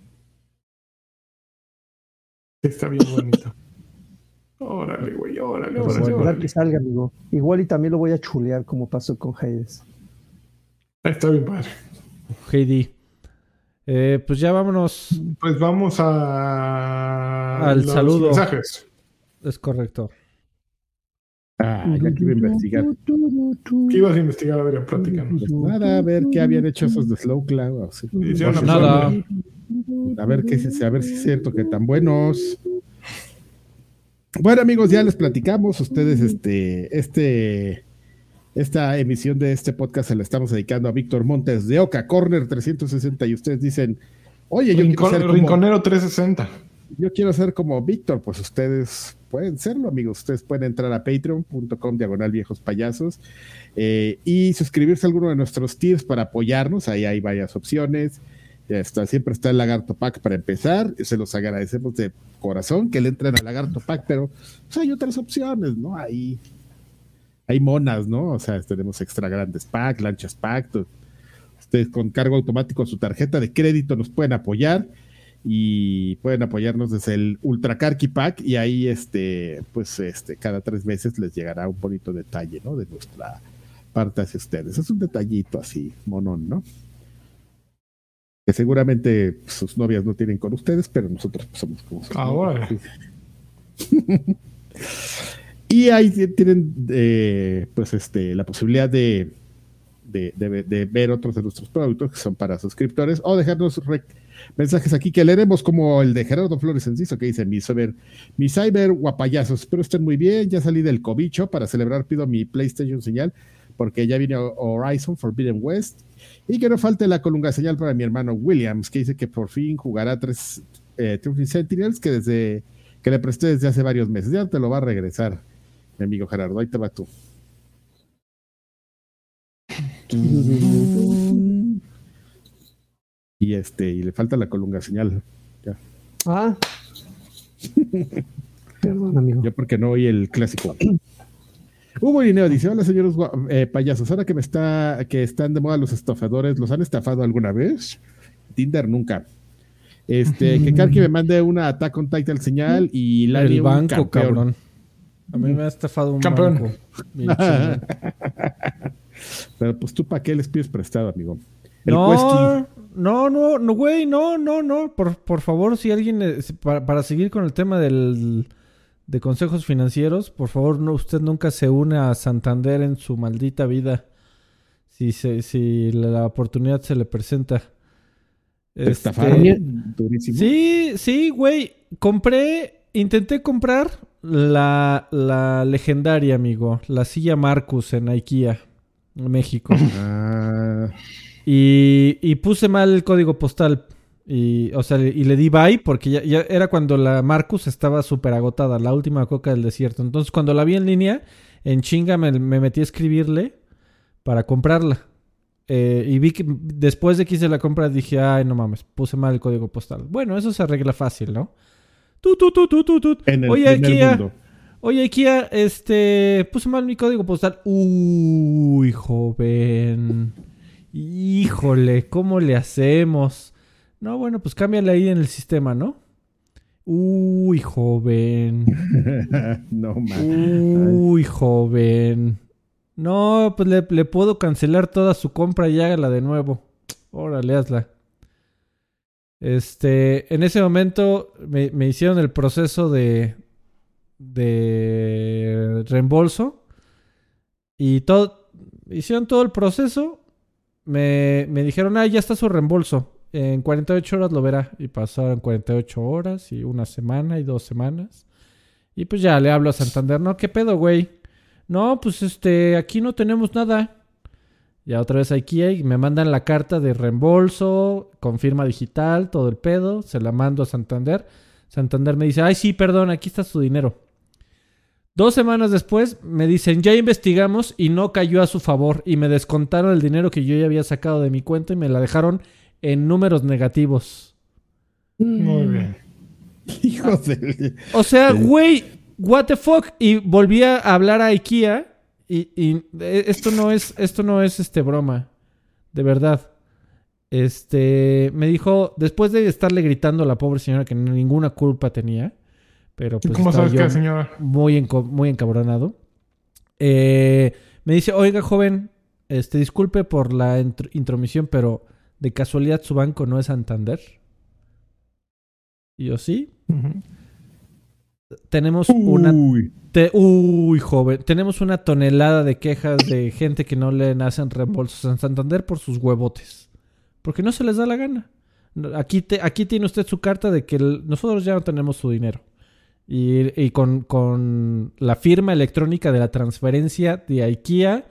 Está bien bonito. Órale, güey, órale. Que salga, amigo. Igual y también lo voy a chulear como pasó con Hades. Está bien padre. Heidi. Pues ya vámonos. Pues vamos al los saludo. Mensajes. Es correcto. Ya que iba a investigar. ¿Qué ibas a investigar, Adrián? Platícanos. Pues nada, a ver qué habían hecho esos de Slow Cloud. Sí. Nada. A ver si es cierto que tan buenos. Bueno, amigos, ya les platicamos. Ustedes, esta emisión de este podcast se la estamos dedicando a Víctor Montes de Oca Corner 360 y ustedes dicen, oye, yo quiero ser Rinconero 360. Yo quiero ser como Víctor, pues ustedes pueden serlo, amigos. Ustedes pueden entrar a patreon.com/viejospayasos y suscribirse a alguno de nuestros tiers para apoyarnos. Ahí hay varias opciones. Siempre está el Lagarto Pack para empezar. Se los agradecemos de corazón que le entren al Lagarto Pack, pero pues, hay otras opciones, ¿no? Hay monas, ¿no? O sea, tenemos extra grandes pack, lanchas pack. Ustedes con cargo automático a su tarjeta de crédito nos pueden apoyar y pueden apoyarnos desde el Ultra Karki Pack y ahí cada 3 meses les llegará un bonito detalle, ¿no? De nuestra parte hacia ustedes. Es un detallito así, monón, ¿no? que seguramente sus novias no tienen con ustedes, pero nosotros pues, somos como sus Ahora. Y ahí tienen pues la posibilidad de ver otros de nuestros productos que son para suscriptores o dejarnos mensajes aquí que leeremos, como el de Gerardo Flores Enciso, que dice: mi cyber guapayazos, espero estén muy bien, ya salí del cobicho, para celebrar pido mi PlayStation señal porque ya viene Horizon Forbidden West, y que no falte la colunga señal para mi hermano Williams, que dice que por fin jugará tres Sentinels que le presté desde hace varios meses. Ya te lo va a regresar, mi amigo Gerardo, ahí te va tú. Y le falta la colunga señal. Ya. Perdón, amigo. Yo porque no oí el clásico. Hugo Lineo dice: hola, señores payasos, ahora que están de moda los estafadores, ¿los han estafado alguna vez? Tinder nunca. Que Karki me mande una Attack on Titan señal y la el banco, cabrón. A mí me ha estafado un banco. Pero pues tú, ¿para qué les pides prestado, amigo? No, güey, no. Por favor, si alguien, para seguir con el tema de consejos financieros, por favor, usted nunca se une a Santander en su maldita vida. Si la oportunidad se le presenta. ¿Te estafaron? Durísimo. Sí, güey. Intenté comprar la legendaria, amigo. La silla Marcus en IKEA, en México. Y puse mal el código postal. Y le di buy porque ya era cuando la Marcus estaba súper agotada, la última coca del desierto. Entonces, cuando la vi en línea, en chinga me metí a escribirle para comprarla. Y vi que después de que hice la compra dije: ay, no mames, puse mal el código postal. Bueno, eso se arregla fácil, ¿no? Oye, IKEA, puse mal mi código postal. Uy, joven. Híjole, ¿cómo le hacemos? No, bueno, pues cámbiale ahí en el sistema, ¿no? Uy, joven. No, man. Uy, joven. No, pues le puedo cancelar toda su compra y hágala de nuevo. Órale, hazla. En ese momento me hicieron el proceso de reembolso. Y hicieron todo el proceso. Me dijeron: ya está su reembolso. En 48 horas lo verá. Y pasaron 48 horas y una semana y 2 semanas. Y pues ya le hablo a Santander: no, ¿qué pedo, güey? No, pues aquí no tenemos nada. Ya otra vez aquí me mandan la carta de reembolso, con firma digital, todo el pedo. Se la mando a Santander. Santander me dice: ay, sí, perdón, aquí está su dinero. 2 semanas después me dicen: ya investigamos y no cayó a su favor. Y me descontaron el dinero que yo ya había sacado de mi cuenta y me la dejaron en números negativos. Muy bien. Hijos de... O sea, güey, what the fuck. Y volví a hablar a IKEA y esto no es broma. De verdad. Me dijo, después de estarle gritando a la pobre señora que ninguna culpa tenía, pero pues ¿cómo sabes qué, señora? Muy encabronado. Me dice: oiga, joven, disculpe por la intromisión, pero ¿de casualidad su banco no es Santander? Y yo: sí. Uh-huh. Tenemos joven. Tenemos una tonelada de quejas de gente que no le hacen reembolsos en Santander por sus huevotes. Porque no se les da la gana. Aquí tiene usted su carta de que nosotros ya no tenemos su dinero. Y con la firma electrónica de la transferencia de IKEA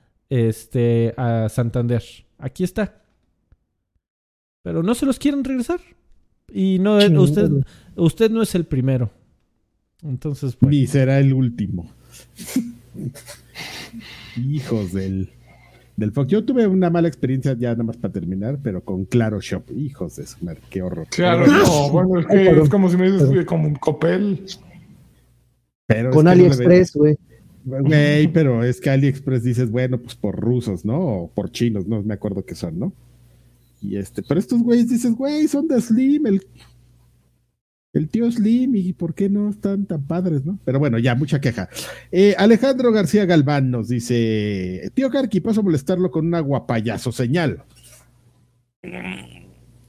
a Santander. Aquí está. Pero no se los quieren regresar. Y no, usted no es el primero. Entonces, pues, ni será el último. Hijos del Fox. Yo tuve una mala experiencia, ya nada más para terminar, pero con Claro Shop. Hijos de su madre, qué horror. Claro, no, bueno, es que es como si me dices como un Coppel. Pero con AliExpress, güey. Güey, pero es que AliExpress dices, bueno, pues por rusos, ¿no? O por chinos, no me acuerdo qué son, ¿no? Y pero estos güeyes dices, güey, son de Slim, el tío Slim, y ¿por qué no están tan padres, no? Pero bueno, ya, mucha queja. Alejandro García Galván nos dice: tío Karki, paso a molestarlo con una guapayazo señal.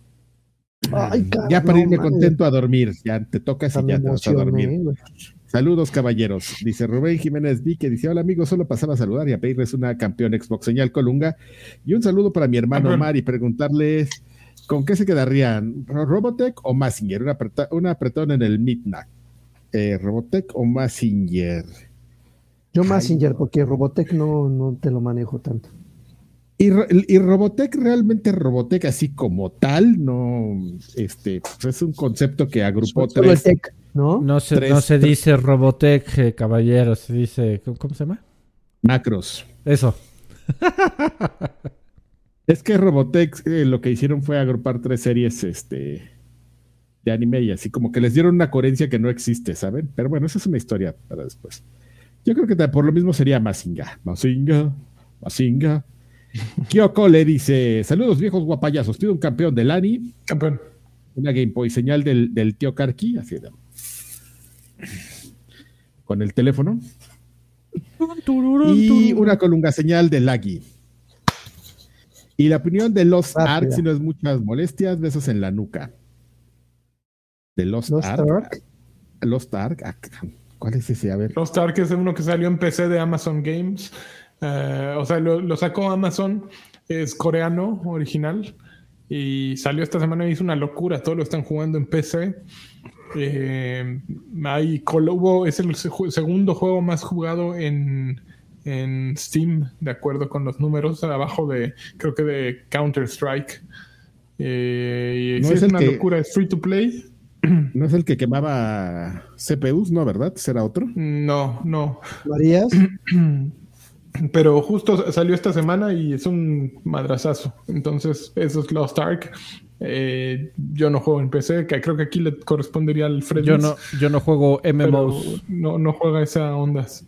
Ay, ya para irme madre. contento a dormir. Ya te tocas y ya te vas a dormir. Güey. Saludos, caballeros. Dice Rubén Jiménez que dice: hola, amigos, solo pasaba a saludar y a pedirles una campeón Xbox señal Colunga. Y un saludo para mi hermano Omar y preguntarles ¿con qué se quedarían? ¿Robotech o Mazinger? Un apretón en el Midnight. ¿Robotech o Mazinger? Yo Mazinger, porque Robotech no te lo manejo tanto. Y Robotech, realmente Robotech así como tal, no, pues es un concepto que agrupó Solo el tech, ¿no? No se dice Robotech, caballero, se dice, ¿cómo se llama? Macros. Eso. Es que Robotech lo que hicieron fue agrupar 3 series de anime y así como que les dieron una coherencia que no existe, ¿saben? Pero bueno, esa es una historia para después. Yo creo que por lo mismo sería Mazinger. Kyoko le dice: saludos viejos guapayazos, pido un campeón del ANI. Campeón. Una Game Boy señal del tío Karki, así de, con el teléfono. Y una colunga señal de Laggy. Y la opinión de Lost Ark, si no es muchas molestias, besos en la nuca. De Lost Ark. Lost Ark. ¿Cuál es ese? A ver. Lost Ark es uno que salió en PC de Amazon Games. O sea, lo sacó Amazon. Es coreano, original. Y salió esta semana y hizo una locura. Todos lo están jugando en PC. Es el segundo juego más jugado en Steam, de acuerdo con los números, abajo creo que de Counter-Strike. No es una locura, es free to play. ¿No es el que quemaba CPUs, no, verdad? ¿Será otro? No. ¿Marías? Pero justo salió esta semana y es un madrazazo. Entonces, eso es Lost Ark. Yo no juego en PC, que creo que aquí le correspondería al Freddy. Yo no juego MMOs. No juega esas ondas.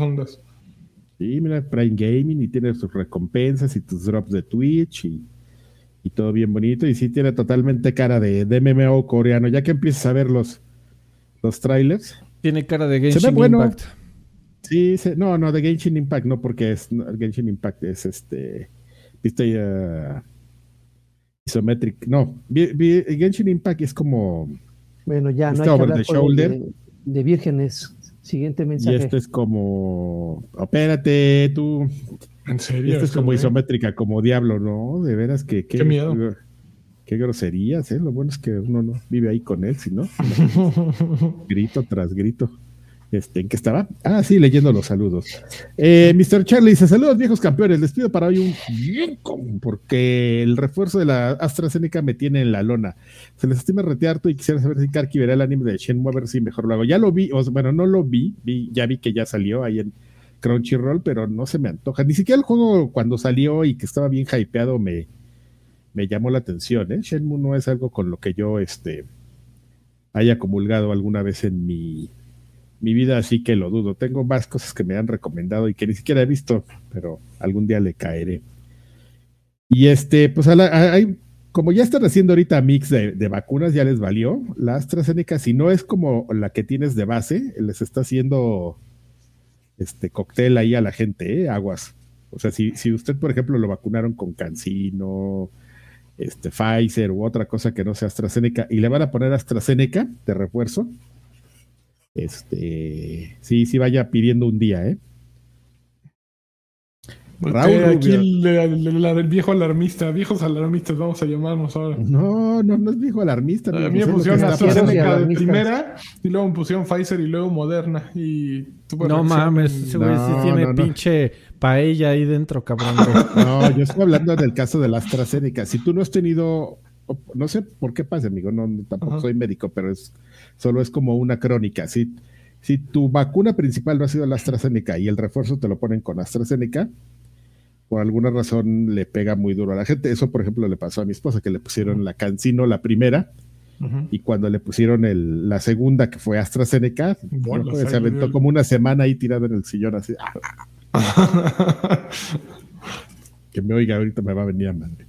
Sí, mira, Prime Gaming y tiene sus recompensas y tus drops de Twitch y todo bien bonito. Y sí tiene totalmente cara de MMO coreano. Ya que empiezas a ver los trailers. Tiene cara de Genshin Impact. Sí, no, de Genshin Impact no, porque Genshin Impact es viste isometric. No, Genshin Impact es como... Bueno, ya, no hay que hablar de vírgenes. Siguiente mensaje. Y es como... Espérate, tú... ¿En serio? Esto es como isométrica, como Diablo, ¿no? De veras que... Qué miedo. Qué groserías, ¿eh? Lo bueno es que uno no vive ahí con él, sino... grito tras grito. ¿En qué estaba? Ah, sí, leyendo los saludos. Mr. Charlie dice: saludos viejos campeones, les pido para hoy un bien porque el refuerzo de la AstraZeneca me tiene en la lona. Se les estima retearto y quisiera saber si Karki verá el anime de Shenmue, a ver si mejor lo hago. Ya lo vi, no lo vi, ya vi que ya salió ahí en Crunchyroll, pero no se me antoja. Ni siquiera el juego cuando salió y que estaba bien hypeado me llamó la atención, ¿eh? Shenmue no es algo con lo que yo haya comulgado alguna vez en mi vida, así que lo dudo. Tengo más cosas que me han recomendado y que ni siquiera he visto, pero algún día le caeré. Y pues como ya están haciendo ahorita mix de vacunas, ya les valió. La AstraZeneca, si no es como la que tienes de base, les está haciendo cóctel ahí a la gente, aguas. O sea, si usted, por ejemplo, lo vacunaron con CanSino, Pfizer u otra cosa que no sea AstraZeneca y le van a poner AstraZeneca de refuerzo, sí vaya pidiendo un día, Raúl aquí el viejo alarmista, viejos alarmistas vamos a llamarnos ahora. No es viejo alarmista. A mí me pusieron AstraZeneca de primera y luego me pusieron Pfizer y luego Moderna y no mames, ese güey sí tiene pinche paella ahí dentro, cabrón. No, yo estoy hablando del caso de la AstraZeneca. Si tú no has tenido, no sé por qué pasa, amigo, no tampoco soy médico, pero solo es como una crónica. Si tu vacuna principal no ha sido la AstraZeneca y el refuerzo te lo ponen con AstraZeneca, por alguna razón le pega muy duro a la gente. Eso, por ejemplo, le pasó a mi esposa, que le pusieron la CanSino, la primera, y cuando le pusieron la segunda, que fue AstraZeneca, se aventó como una semana ahí tirado en el sillón, así. Que me oiga, ahorita me va a venir a madre.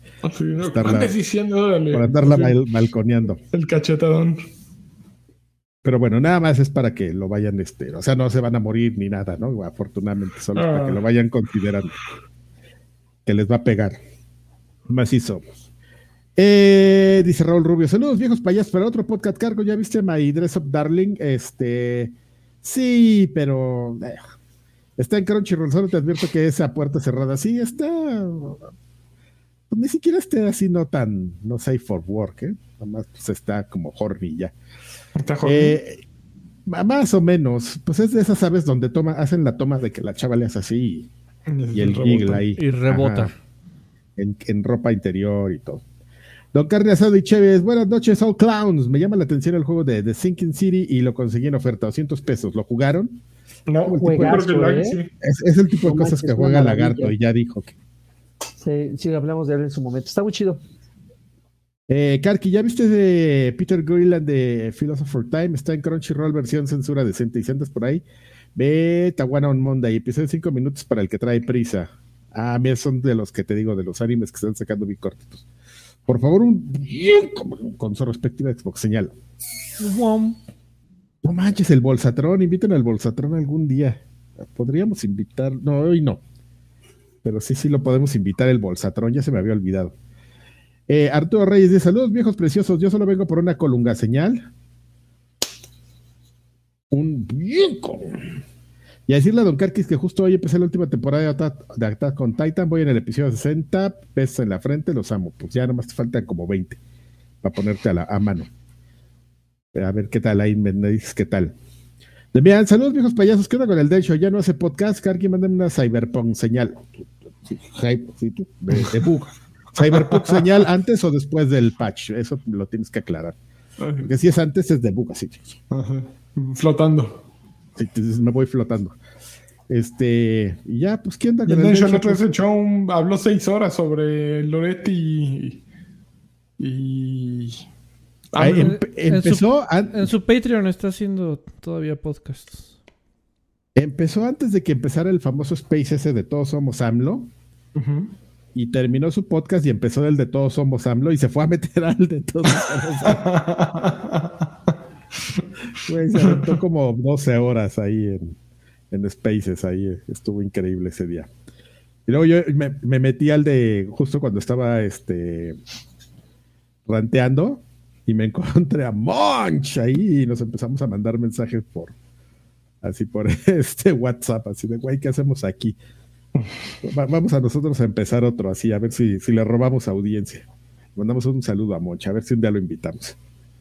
Por andarla balconeando. El cachetadón. Pero bueno, nada más es para que lo vayan, o sea, no se van a morir ni nada, ¿no? Afortunadamente, solo para que lo vayan considerando. Que les va a pegar. Macizo. Dice Raúl Rubio, saludos viejos payasos para otro podcast cargo. ¿Ya viste My Dress Up Darling? Sí, pero está en Crunchyroll, solo te advierto que esa puerta cerrada sí está, pues, ni siquiera está así no safe for work, nomás pues está como horny ya. ¿Está horny? Más o menos, pues es de esas aves donde hacen la toma de que la chava le hace así y el giggle ahí. Y rebota. Ajá, en ropa interior y todo. Don Carne Asado y Chévez, buenas noches, All Clowns. Me llama la atención el juego de The Sinking City y lo conseguí en oferta, $200. ¿Lo jugaron? No, juegazo, es el tipo de cosas que juega Lagarto y ya dijo que. Sí, hablamos de él en su momento. Está muy chido. Karki, ¿ya viste de Peter Greenland de Philosopher Time? Está en Crunchyroll, versión censura decente y si andas por ahí. Ve Tawana on Monday, episodio de 5 minutos para el que trae prisa. Mira, son de los que te digo, de los animes que están sacando bien cortitos. Por favor, con su respectiva Xbox señal. No manches, el Bolsatrón, inviten al Bolsatrón algún día. Podríamos invitar, no, hoy no. Pero sí lo podemos invitar el Bolsatrón, ya se me había olvidado. Arturo Reyes dice, saludos viejos preciosos, yo solo vengo por una colunga señal. Un viejo. Y a decirle a Don Carquis que justo hoy empecé la última temporada de Attack on Titan, voy en el episodio 60, pesos en la frente, los amo. Pues ya nomás te faltan como 20 para ponerte a mano. A ver qué tal, ahí me dices qué tal. Demian, saludos viejos payasos, ¿qué onda con el Densho? Ya no hace podcast, Carqui, mándame una Cyberpunk señal. De bug. Cyberpunk señal antes o después del patch, eso lo tienes que aclarar. Porque si es antes es de bug, así. Ajá. Flotando. Sí, me voy flotando. Y ya, pues ¿quién anda con el Densho? El otro Densho? habló 6 horas sobre Loretti y empezó en su Patreon está haciendo todavía podcasts. Empezó antes de que empezara el famoso space ese de Todos Somos AMLO. Y terminó su podcast y empezó el de Todos Somos AMLO y se fue a meter al de Todos Somos AMLO. Güey, se aventó como 12 horas ahí en Spaces, ahí estuvo increíble ese día. Y luego yo me metí al de justo cuando estaba ranteando y me encontré a Monch ahí y nos empezamos a mandar mensajes por WhatsApp, así de güey, ¿qué hacemos aquí? Vamos a nosotros a empezar otro así, a ver si le robamos audiencia. Mandamos un saludo a Monch, a ver si un día lo invitamos.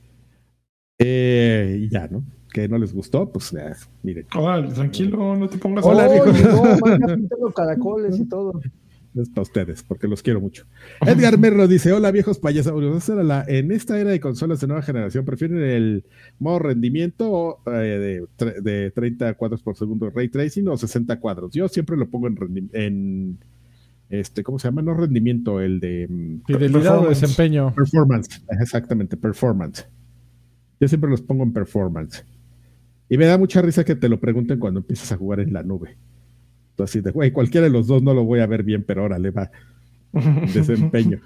Y ya, ¿no? Que no les gustó, pues miren. Hola, tranquilo, no te pongas. Hola, viejo. Manda pintando caracoles y todo. Es para ustedes, porque los quiero mucho. Edgar Merlo dice, hola viejos payasos, en esta era de consolas de nueva generación, ¿prefieren el modo rendimiento de 30 cuadros por segundo Ray Tracing o 60 cuadros? Yo siempre lo pongo en ¿cómo se llama? No rendimiento, el de fidelidad o desempeño. Performance, exactamente, performance. Yo siempre los pongo en performance. Y me da mucha risa que te lo pregunten cuando empiezas a jugar en la nube. Así de, güey, cualquiera de los dos no lo voy a ver bien, pero órale, va. Desempeño.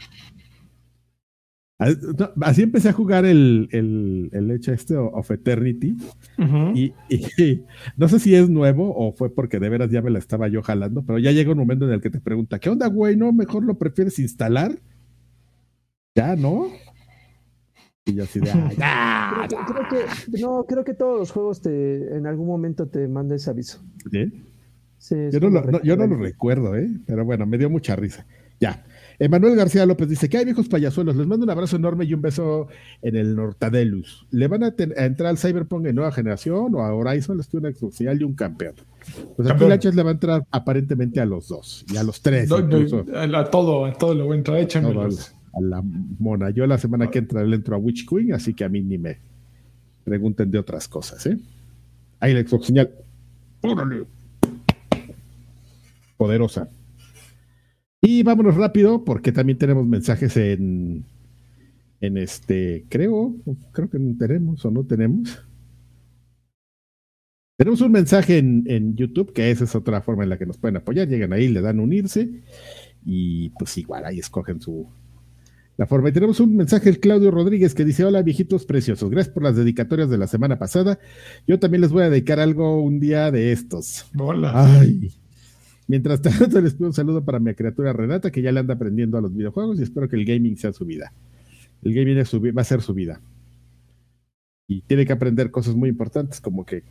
Así empecé a jugar el hecho of Eternity. Y no sé si es nuevo o fue porque de veras ya me la estaba yo jalando, pero ya llega un momento en el que te pregunta, ¿qué onda, güey? ¿No mejor lo prefieres instalar? Ya, ¿no? Y yo así de, creo que todos los juegos en algún momento te mandan ese aviso. ¿Sí? Sí, yo no lo recuerdo, pero bueno, me dio mucha risa. Ya. Emanuel García López dice, ¿qué hay viejos payasuelos? Les mando un abrazo enorme y un beso en el Nortadelus. ¿Le van a entrar al Cyberpunk en nueva generación o a Horizon? Les tuve una Xbox y un campeón. Pues aquí Lanchas le va a entrar aparentemente a los dos y a los tres. A todo le voy a entrar, échamelos. A la mona. Yo la semana que entra le entro a Witch Queen, así que a mí ni me pregunten de otras cosas, Ahí la Xbox señal. ¡Órale! Poderosa. Y vámonos rápido, porque también tenemos mensajes en creo que no tenemos o no tenemos. Tenemos un mensaje en YouTube, que esa es otra forma en la que nos pueden apoyar. Llegan ahí, le dan unirse y pues igual ahí escogen la forma. Y tenemos un mensaje del Claudio Rodríguez que dice, hola viejitos preciosos, gracias por las dedicatorias de la semana pasada. Yo también les voy a dedicar algo un día de estos. Hola. Ay. Mientras tanto les pido un saludo para mi criatura Renata, que ya le anda aprendiendo a los videojuegos y espero que el gaming sea su vida. El gaming va a ser su vida. Y tiene que aprender cosas muy importantes, como que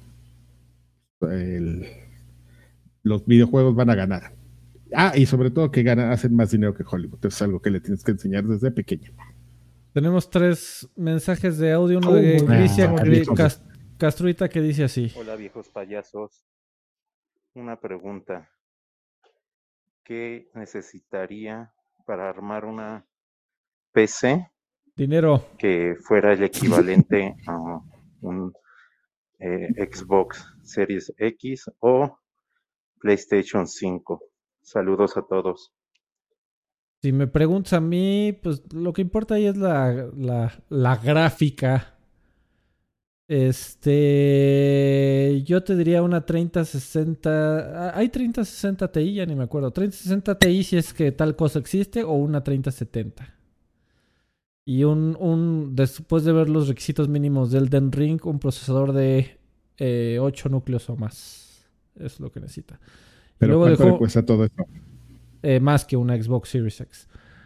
los videojuegos van a ganar. Y sobre todo que hacen más dinero que Hollywood. Eso es algo que le tienes que enseñar desde pequeño. Tenemos 3 mensajes de audio. Uno de Cristian Castruita que dice así. Hola viejos payasos. Una pregunta. ¿Qué necesitaría para armar una PC? Dinero. Que fuera el equivalente a un Xbox Series X o PlayStation 5. Saludos a todos. Si me preguntas a mí, pues lo que importa ahí es la gráfica. Yo te diría una 3060. Hay 3060 Ti, ya ni me acuerdo. 3060 Ti si es que tal cosa existe, o una 3070. Y después de ver los requisitos mínimos del Elden Ring, un procesador de 8 núcleos o más. Es lo que necesita. ¿Pero cuánto le cuesta todo esto? Más que una Xbox Series X.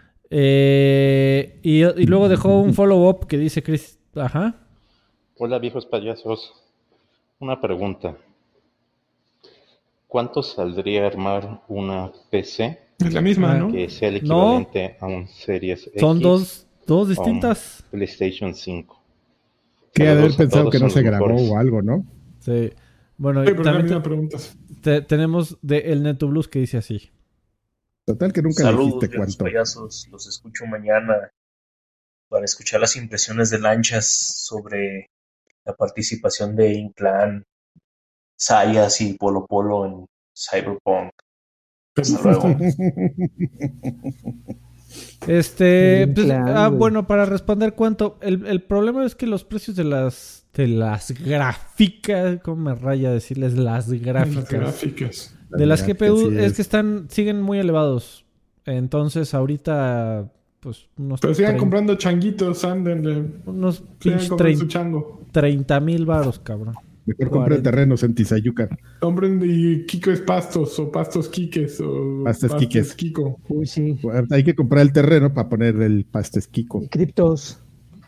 Y luego dejó un follow-up que dice Chris. Ajá. Hola viejos payasos. Una pregunta. ¿Cuánto saldría armar una PC? Es la misma, ¿no? Que sea el equivalente a un Series X. Son dos distintas. PlayStation 5. Que haber pensado que no se grabó o algo, ¿no? Sí. Bueno, pero también preguntas. Tenemos de El Neto Blues que dice así. Total que nunca dijiste cuánto. Payasos, los escucho mañana para escuchar las impresiones de Lanchas sobre la participación de Inclán, Sayas y Polo Polo en Cyberpunk. Hasta luego. Bueno, para responder cuánto, el problema es que los precios de las gráficas, ¿cómo me raya decirles las gráficas? De las GPU es que siguen muy elevados. Entonces ahorita pues pero sigan comprando changuitos, anden unos pinches 30,000 varos, cabrón. Mejor compren terrenos en Tizayuca. Compren de Kikos Pastos o Pastos Quiques o Pastes Quiques. Kiko. Uy, sí. Hay que comprar el terreno para poner el Pastes Kiko. Y criptos.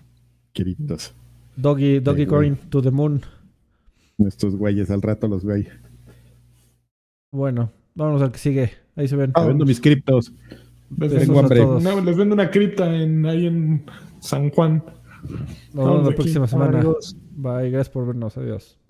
Doggy Coin to the moon. Estos güeyes al rato los veo ahí. Bueno, vámonos al que sigue. Ahí se ven. Vendo mis criptos. Tengo hambre. Les vendo una cripta ahí en San Juan. Nos vemos la próxima semana. Bye, gracias por vernos. Adiós.